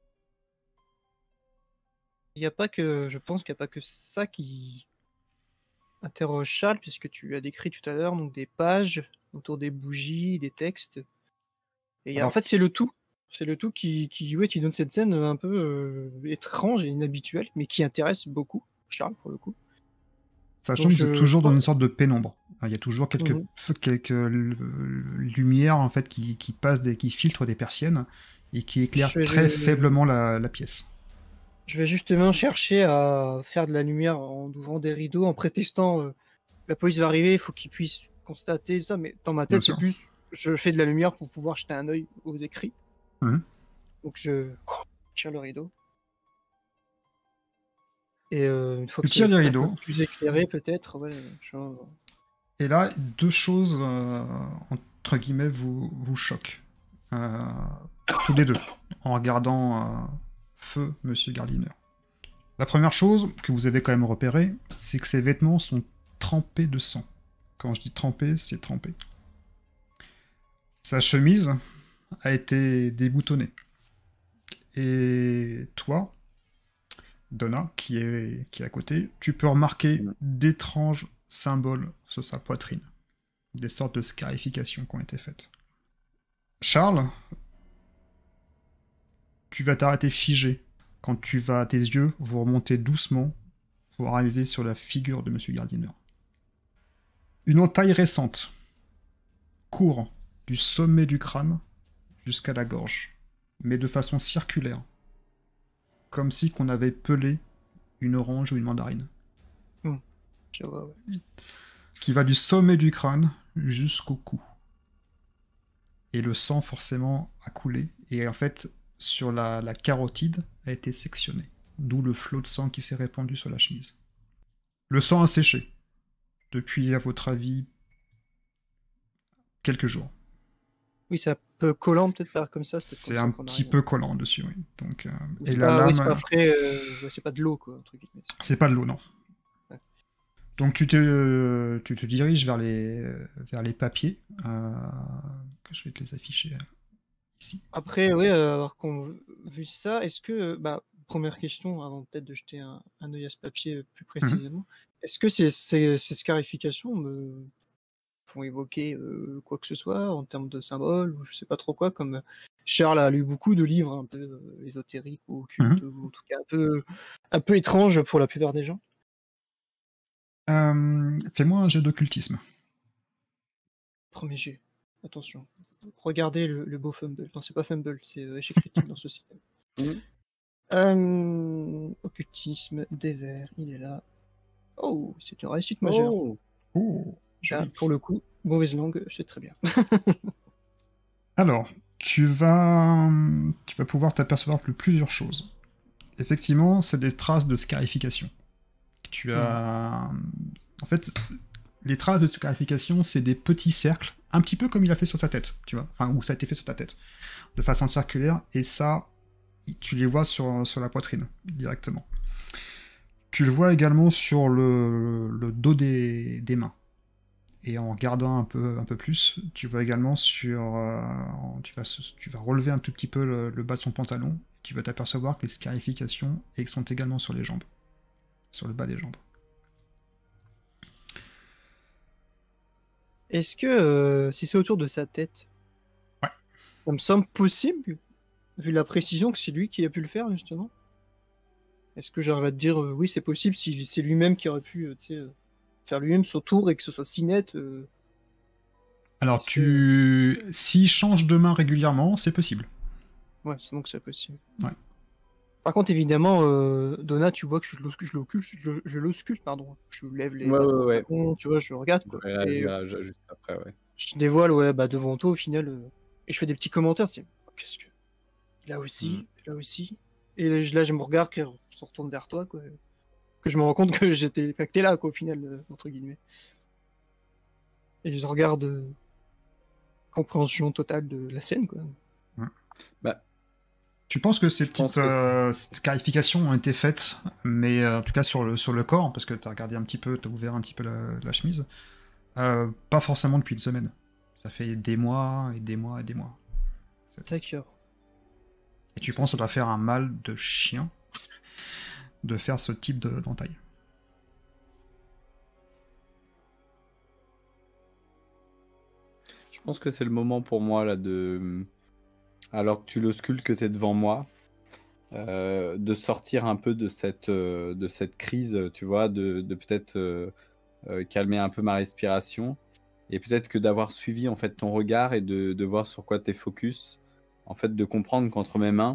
Il n'y a pas que, je pense qu'il n'y a pas que ça qui interroge Charles, puisque tu as décrit tout à l'heure donc des pages autour des bougies, des textes. Et Alors- en fait, c'est le tout. C'est le tout qui, qui, ouais, qui donne cette scène un peu euh, étrange et inhabituelle, mais qui intéresse beaucoup Charles pour le coup. Sachant Donc, que c'est je- toujours dans une sorte de pénombre. Il y a toujours quelques, Mhm. f- quelques l- lumières en fait, qui, qui passent, des, qui filtrent des persiennes et qui éclairent Je- très je- faiblement la, la pièce. Je vais justement chercher à faire de la lumière en ouvrant des rideaux, en prétextant euh, la police va arriver, il faut qu'ils puissent constater ça, mais dans ma Bien tête, c'est sûr. plus je fais de la lumière pour pouvoir jeter un œil aux écrits. Mhm. Donc je tire le rideau. Et euh, une fois Tu que tires c'est les un peu rideaux. plus éclairé, peut-être, ouais, je... Et là, deux choses, euh, entre guillemets, vous, vous choquent. Euh, tous les deux, en regardant euh, feu Monsieur Gardiner. La première chose que vous avez quand même repéré, c'est que ses vêtements sont trempés de sang. Quand je dis trempé, c'est trempé. Sa chemise a été déboutonnée. Et toi, Donna, qui est, qui est à côté, tu peux remarquer Mm. d'étranges symboles sur sa poitrine. Des sortes de scarifications qui ont été faites. Charles, tu vas t'arrêter figé quand tu vas, tes yeux vont remonter doucement pour arriver sur la figure de Monsieur Gardiner. Une entaille récente court du sommet du crâne jusqu'à la gorge, mais de façon circulaire, comme si qu'on avait pelé une orange ou une mandarine. Hmm. Je vois, ouais. Qui va du sommet du crâne jusqu'au cou. Et le sang, forcément, a coulé. Et en fait, sur la, la carotide, a été sectionné. D'où le flot de sang qui s'est répandu sur la chemise. Le sang a séché. Depuis, à votre avis, quelques jours. Oui, c'est un peu collant, peut-être par comme ça. C'est C'est comme ça un qu'on petit arrive. peu collant dessus, oui. Donc, euh, et C'est la pas, oui, c'est lame, pas frais, euh, ouais, c'est pas de l'eau, quoi, entre guillemets. c'est pas de l'eau, non. Ouais. Donc tu te, tu te diriges vers les, vers les papiers. Euh, que je vais te les afficher euh, ici. Après, oui, euh, avoir qu'on vu ça, est-ce que, bah, première question, avant peut-être de jeter un, un œil à ce papier euh, plus Mhm. précisément, est-ce que ces, ces, ces scarifications me font évoquer euh, quoi que ce soit en termes de symboles ou je sais pas trop quoi, comme euh, Charles a lu beaucoup de livres un peu euh, ésotériques ou occultes, Mhm. ou en tout cas un peu, un peu étranges pour la plupart des gens. Euh, fais-moi un jet d'occultisme. Premier jet, attention. Regardez le, le beau fumble. Non, c'est pas fumble, c'est euh, échec critique dans ce système. Mm. Euh, occultisme, des verts, il est là. Oh, c'est une réussite majeure. Oh, Oh, Ah, joli. pour le coup, mauvaise langue, c'est très bien. Alors, tu vas, tu vas pouvoir t'apercevoir de plusieurs choses. Effectivement, c'est des traces de scarification. Tu as... En fait, les traces de scarification, c'est des petits cercles, un petit peu comme il a fait sur sa tête, tu vois. Enfin, où ça a été fait sur ta tête, de façon circulaire, et ça, tu les vois sur, sur la poitrine, directement. Tu le vois également sur le, le dos des, des mains. Et en regardant un peu, un peu plus, tu vois également sur... euh, tu, vas, tu vas relever un tout petit peu le, le bas de son pantalon, tu vas t'apercevoir que les scarifications sont également sur les jambes. Sur le bas des jambes. Est-ce que euh, si c'est autour de sa tête, Ouais. ça me semble possible, vu la précision que c'est lui qui a pu le faire, justement? Est-ce que j'arrive à te dire euh, oui, c'est possible si c'est lui-même qui aurait pu euh, tu sais, euh, faire lui-même son tour et que ce soit si net euh, Alors, est-ce que- tu... S'il change de main régulièrement, c'est possible. Ouais, c'est donc c'est possible. Ouais. Par contre, évidemment, euh, Donna, tu vois que je l'occulte, je l'occulte, je, je l'ausculte, pardon. Je lève les Ouais, bas de ouais, ouais. pantalon, tu vois, je regarde, quoi. Ouais, Et là, je- juste après, ouais. je dévoile, ouais, bah, devant toi, au final, euh, et je fais des petits commentaires, tu sais, qu'est-ce que... Là aussi, là aussi. Et là, je, là, je me regarde, qui se retourne vers toi, quoi. Que je me rends compte que j'étais... Enfin, que t'es là, quoi, au final, euh, entre guillemets. Et je regarde... euh, compréhension totale de la scène, quoi. Bah, Tu penses que ces Je pense petites que- euh, scarifications ont été faites, mais euh, en tout cas sur le, sur le corps, parce que tu as regardé un petit peu, tu as ouvert un petit peu la, la chemise, euh, pas forcément depuis une semaine. Ça fait des mois et des mois et des mois. D'accord. Et tu penses que ça doit faire un mal de chien de faire ce type de- d'entaille. Je pense que c'est le moment pour moi là de, alors que tu l'auscultes, que tu es devant moi, euh, de sortir un peu de cette, euh, de cette crise, tu vois, de, de peut-être euh, euh, calmer un peu ma respiration et peut-être que d'avoir suivi en fait ton regard et de, de voir sur quoi tu es focus, en fait de comprendre qu'entre mes mains,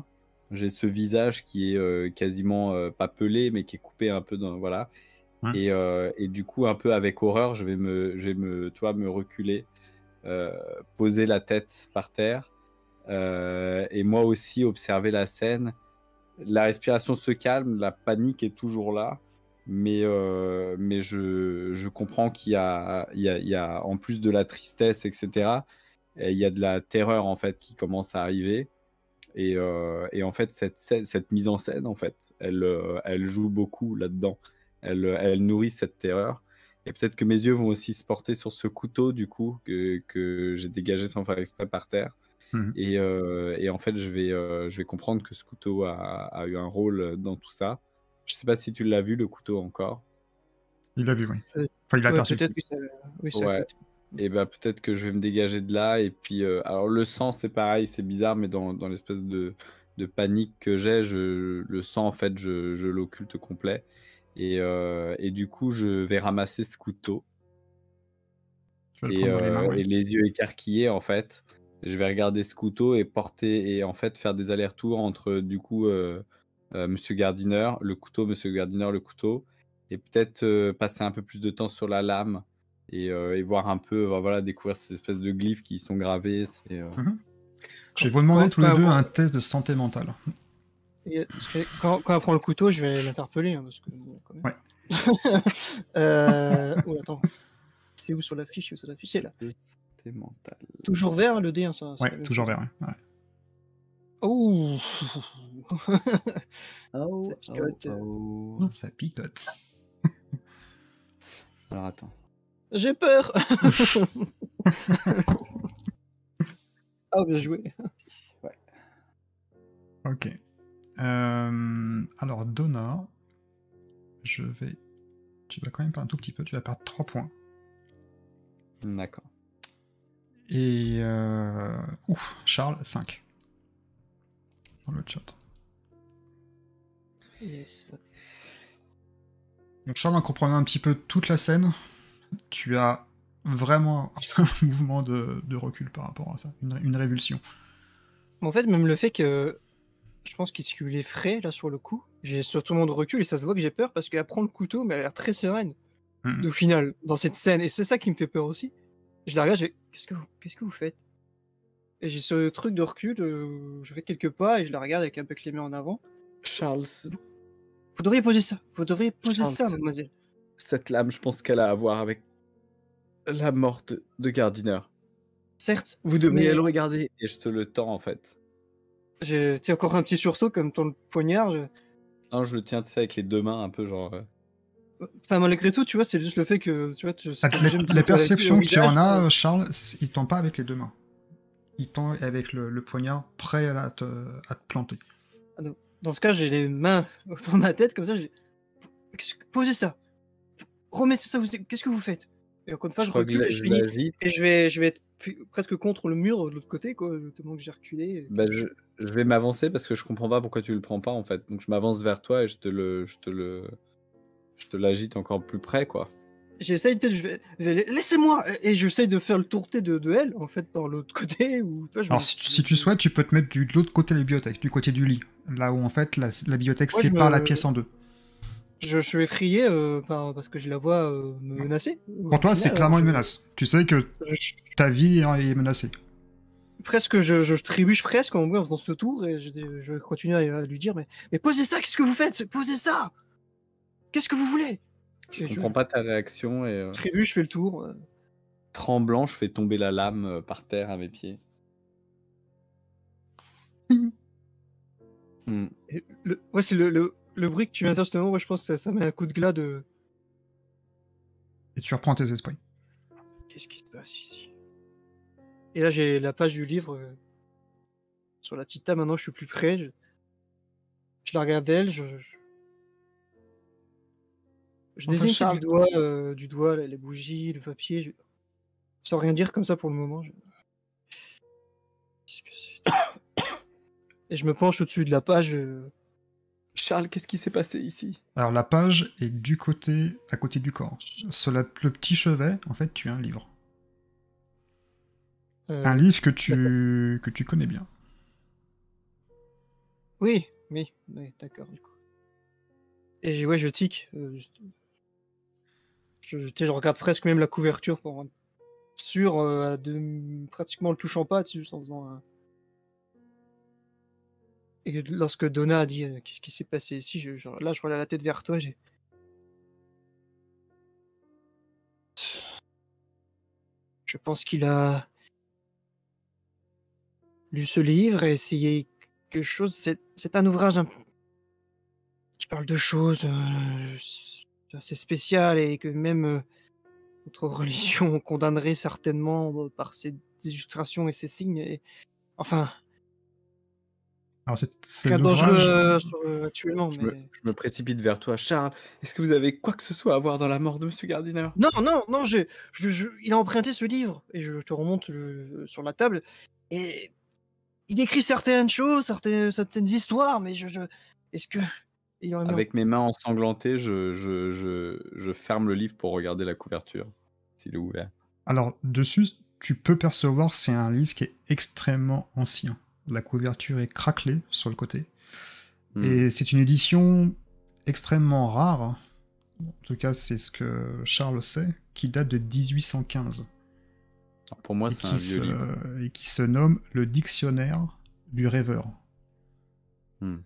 j'ai ce visage qui est euh, quasiment euh, pas pelé, mais qui est coupé un peu dans, voilà. Hein. Et, euh, et du coup, un peu avec horreur, je vais me, je vais me, toi, me reculer, euh, poser la tête par terre, euh, et moi aussi observer la scène. La respiration se calme, la panique est toujours là, mais, euh, mais je, je comprends qu'il y a, il y, a, il y a, en plus de la tristesse, et cetera, et il y a de la terreur en fait qui commence à arriver. Et, euh, et en fait, cette, scène- cette mise en scène, en fait, elle, euh, elle joue beaucoup là-dedans. Elle, elle nourrit cette terreur. Et peut-être que mes yeux vont aussi se porter sur ce couteau, du coup, que, que j'ai dégagé sans faire exprès par terre. Mhm. Et, euh, et en fait, je vais, euh, je vais comprendre que ce couteau a, a eu un rôle dans tout ça. Je sais pas si tu l'as vu, le couteau encore. Il l'a vu, oui. Euh, Enfin, il l'a ouais, aperçu. peut-être que ça... Oui, c'est à Ouais. côté. Et bah peut-être que je vais me dégager de là. Et puis, euh, alors le sang, c'est pareil, c'est bizarre, mais dans, dans l'espèce de, de panique que j'ai, je, le sang, en fait, je, je l'occulte complet. Et, euh, et du coup, je vais ramasser ce couteau. Tu vas le Et, prendre dans les mains, euh, oui. et les yeux écarquillés, en fait, je vais regarder ce couteau et porter, et en fait, faire des allers-retours entre, du coup, euh, euh, Monsieur Gardiner, le couteau, Monsieur Gardiner, le couteau, et peut-être euh, passer un peu plus de temps sur la lame et, euh, et voir un peu, euh, voilà, découvrir ces espèces de glyphes qui y sont gravés. C'est, euh, Mhm. Je vais Quand, vous demander quand, tous les quand, deux elle un prend... test de santé mentale. et- parce que quand, quand elle prend le couteau, je vais l'interpeller, hein, parce que bon, quand même. Ouais. euh... Oh, attends. C'est où sur la fiche? Sur la fiche, c'est là. santé mentale. Toujours vert, le dé, hein, ça, c'est Ouais, la même toujours chose. vert. Ouais. Ouais. Oh. Oh, Ça picote. oh, Oh, ça picote. Alors attends. J'ai peur. Ah, bien joué. Ouais. Ok. Euh, alors, Donna, je vais... Tu vas quand même perdre un tout petit peu, tu vas perdre trois points. D'accord. Et... Euh... Ouf, Charles, cinq. Dans le chat. Yes. Donc Charles, en comprenant un petit peu toute la scène, tu as vraiment un mouvement de, de recul par rapport à ça, une, une révulsion. En fait, même le fait que je pense qu'il est frais là sur le coup, j'ai surtout mon de recul et ça se voit que j'ai peur parce qu'elle prend le couteau, mais elle a l'air très sereine Mhm. au final dans cette scène. Et c'est ça qui me fait peur aussi. Je la regarde, je fais, qu'est-ce que vous, qu'est-ce que vous faites? Et j'ai ce truc de recul, euh, je fais quelques pas et je la regarde avec un peu les mains en avant. Charles, Vous devriez poser ça, vous devriez poser Charles, ça, c'est- mademoiselle. cette lame, je pense qu'elle a à voir avec la mort de, de Gardiner. Certes, Vous devriez mais le regarder. Et je te le tends, en fait. j'ai tu sais, encore un petit sursaut comme ton poignard. je- Non, je le tiens, tu sais, avec les deux mains, un peu genre... euh, Enfin, malgré tout, tu vois, c'est juste le fait que tu vois, tu, Ah, t'as la, déjà me la sauter à la- perception au que tu en visage, as, euh, Charles, c'est- il tend pas avec les deux mains. Il tend avec le, le poignard prêt à te, à te planter. Dans ce cas, j'ai les mains autour de ma tête, comme ça, j'ai. Qu'est-ce que- Posez ça. Remettez ça. vous- Qu'est-ce que vous faites? Et encore une fois, Je je crois que recule là, et je je finis. l'agite. Et je vais, je vais être fi- presque contre le mur de l'autre côté, quoi, tellement que j'ai reculé. et que Bah, je- je, je vais m'avancer parce que je comprends pas pourquoi tu le prends pas, en fait. Donc je m'avance vers toi et je te le... Je te le... Je te l'agite encore plus près, quoi. J'essaye, peut-être, je vais. je vais- Laissez-moi! Et j'essaye de faire le tourté de, de elle, en fait, par l'autre côté. Ou, tu vois, je Alors, me- si, si tu souhaites, tu peux te mettre du, de l'autre côté de la bibliothèque, du côté du lit, là où en fait la, la bibliothèque Moi, je sépare la me- pièce en deux. Je, je suis effrayé euh, par- parce que je la vois euh, me menacer. Pour Au toi, final, c'est alors clairement je- une menace. Tu sais que je- je- ta vie est menacée. presque je, je trébuche presque en, en faisant ce tour et je, je continue à, à lui dire mais, mais posez ça, qu'est-ce que vous faites? Posez ça! Qu'est-ce que vous voulez? Je Et comprends pas ta réaction et euh, je trébuche, je fais le tour. euh. tremblant, je fais tomber la lame euh, par terre à mes pieds. Hmm. Et le, ouais, c'est le, le, le bruit que tu viens de faire justement, ouais, je pense que ça, ça met un coup de glas de. Et tu reprends tes esprits. Qu'est-ce qui se passe ici? Et là, j'ai la page du livre euh, sur la petite table. Maintenant, je suis plus près. Je, je la regarde d'elle. Je, je, je Enfin, désigne c'est Charles. du doigt, euh, du doigt les, les bougies, le papier. Je, sans rien dire comme ça pour le moment. Je... Qu'est-ce que c'est? Et je me penche au-dessus de la page. euh, Charles, qu'est-ce qui s'est passé ici? Alors la page est du côté, à côté du corps. Sur la- le petit chevet, en fait, tu as un livre. euh, Un livre que tu, que tu connais bien. Oui, oui, oui, d'accord, du coup. Et j'ai- ouais, je tic. euh, juste- je, je, tu sais, je regarde presque même la couverture pour être sûr, euh, de pratiquement le touchant pas, tu sais, juste en faisant un... Et lorsque Donna a dit euh, qu'est-ce qui s'est passé ici, je, je- là je relève la tête vers toi, j'ai... Je pense qu'il a lu ce livre et essayé quelque chose. C'est, c'est un ouvrage un- qui parle de choses euh, assez spéciales et que même euh, notre religion condamnerait certainement euh, par ses illustrations et ses signes. Et... Enfin, Alors, c'est c'est rien de dangereux l'ouvrage. euh, sur- euh, actuellement, Je me, mais... je me précipite vers toi. Charles, est-ce que vous avez quoi que ce soit à voir dans la mort de Monsieur Gardiner? Non, non, non, je, je, je- il a emprunté ce livre et je te remonte le- sur la table et il décrit certaines choses, certaines, certaines histoires, mais je, je... est-ce que il aurait mis en... Avec mes mains ensanglantées, je, je, je, je ferme le livre pour regarder la couverture, s'il est ouvert. Alors, dessus, tu peux percevoir, c'est un livre qui est extrêmement ancien. La couverture est craquelée sur le côté. Hmm. Et c'est une édition extrêmement rare. En tout cas, c'est ce que Charles sait, qui date de dix-huit cent quinze. Alors, pour moi, Et c'est un qui, vieux se, livre. et qui se nomme Le Dictionnaire du rêveur. Hmm.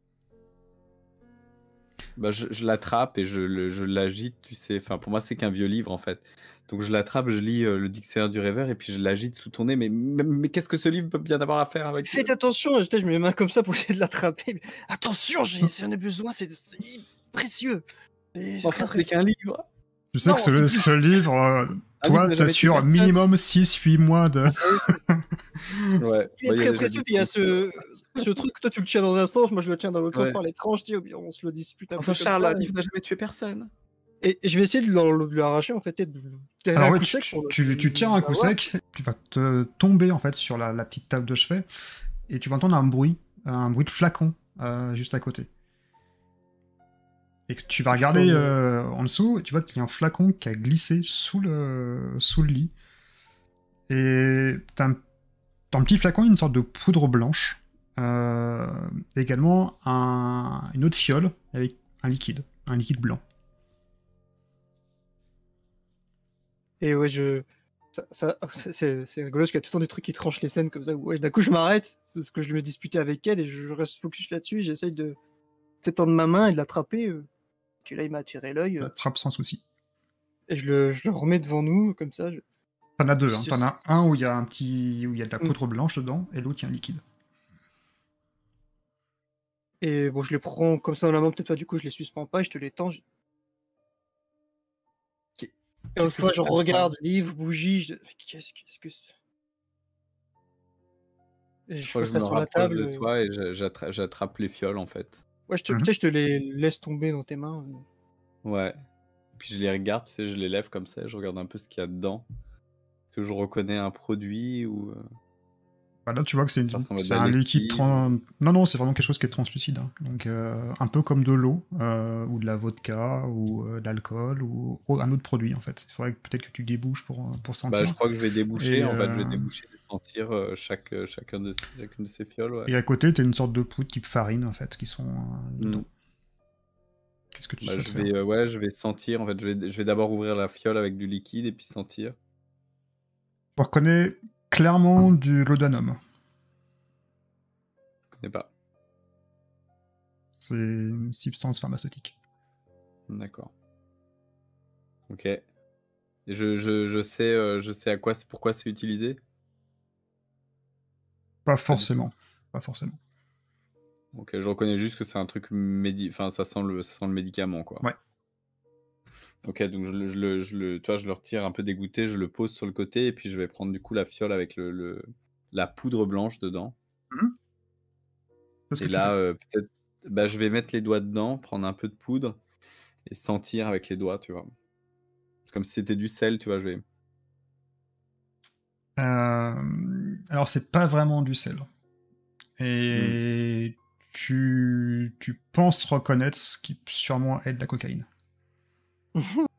Bah, je, je l'attrape et je, le- je l'agite, tu sais. Enfin, pour moi, c'est qu'un vieux livre, en fait. Donc, je l'attrape, je lis euh, le dictionnaire du rêveur et puis je l'agite sous ton nez. Mais, mais, mais qu'est-ce que ce livre peut bien avoir à faire avec... Faites attention, je, je mets mes mains comme ça pour essayer de l'attraper. Mais attention, j'ai, si j'en ai besoin, c'est, c'est précieux. C'est En très fait, c'est précieux. qu'un livre. Tu sais Non, que ce, c'est- ce livre, euh, Un toi, livre n'a jamais tué t'assures personne. minimum six huit mois de... Ouais, Il bah, est il y a très déjà précieux, des puis il y a trucs. ce, ce truc, toi tu le tiens dans un sens, moi je le tiens dans l'autre sens Ouais. par les tranches, tu sais, on se le dispute un Enfin, peu comme Charles, ça. un livre n'a jamais tué personne. Et, et je vais essayer de l'en- de lui arracher, en fait, et de lui tirer Alors un oui, coup tu, sec tu, pour le- tu, tu tires un coup l'avoir. sec, tu vas te tomber en fait sur la, la petite table de chevet, et tu vas entendre un bruit, un bruit de flacon euh, juste à côté. Et que tu vas Je regarder tourne- euh, en dessous, et tu vois qu'il y a un flacon qui a glissé sous le, sous le lit. Et t'as un, dans le petit flacon, il y a une sorte de poudre blanche. Euh, et également un, une autre fiole avec un liquide, un liquide blanc. Et ouais, je. Ça, ça- c'est- c'est c'est rigolo parce qu'il y a tout le temps des trucs qui tranchent les scènes comme ça. Où, ouais, d'un coup, je m'arrête parce que je me disputais avec elle et je reste focus là-dessus. et J'essaye de t'étendre ma main et de l'attraper. Euh, que là, il m'a attiré l'œil euh, Attrape sans souci. et je le, je le remets devant nous comme ça. Je... T'en as deux, hein. Ce- T'en as un où il y a un petit, où il y a de la Mm. poudre blanche dedans, et l'autre il y a un liquide. Et bon, je les prends comme ça dans la main, peut-être pas du coup, je les suspends pas et je te les tends. je- Qu'est- Et qu'est-ce une que fois, c'est je que ça, regarde, livre, bougie. Je... mais Qu'est-ce qu'est-ce que c'est Et je Je crois que pose je ça me sur la rapproche table. de euh, toi et je- j'attra- j'attrape les fioles, en fait. Ouais, je te, Mhm. tu sais, je te les laisse tomber dans tes mains. euh. Ouais. Puis je les regarde, tu sais, je les lève comme ça, je regarde un peu ce qu'il y a dedans. Est-ce que je reconnais un produit ou... euh, Bah là, tu vois que c'est Ça une- ressemble à de c'est la un liquide... lessive. tran- Non, non, c'est vraiment quelque chose qui est translucide. hein. Donc, euh, un peu comme de l'eau, euh, ou de la vodka, ou euh, de l'alcool, ou ou un autre produit, en fait. Il faudrait que- peut-être que tu débouches pour, euh, pour Bah, sentir. je crois que je vais déboucher, Et, en fait, je vais euh, déboucher et sentir euh, chaque, euh, chacun de, chacune de ces fioles, ouais. Et à côté, t'as une sorte de poudre type farine, en fait, qui sont euh, dedans. Mm. Qu'est-ce que tu Bah, souhaites je faire vais, euh, ouais, je vais sentir, en fait, je vais, je vais d'abord ouvrir la fiole avec du liquide et puis sentir. Tu reconnais clairement du laudanum. Je connais pas. C'est une substance pharmaceutique. D'accord. Ok. Et je, je, je sais, euh, je sais à quoi, c'est pourquoi c'est utilisé. Pas forcément. Pas forcément. Ok, je reconnais juste que c'est un truc médi... Enfin, ça sent le, ça sent le médicament, quoi. Ouais. Ok, donc je le, je le, je le, toi, je le retire un peu dégoûté, je le pose sur le côté et puis je vais prendre du coup la fiole avec le, le- la poudre blanche dedans. C'est ce Et que tu là, fais. euh, peut-être, bah, je vais mettre les doigts dedans, prendre un peu de poudre et sentir avec les doigts, tu vois. Comme si c'était du sel, tu vois. Je vais. Euh, Alors, c'est pas vraiment du sel. Hmm. Et tu... tu penses reconnaître ce qui sûrement est de la cocaïne.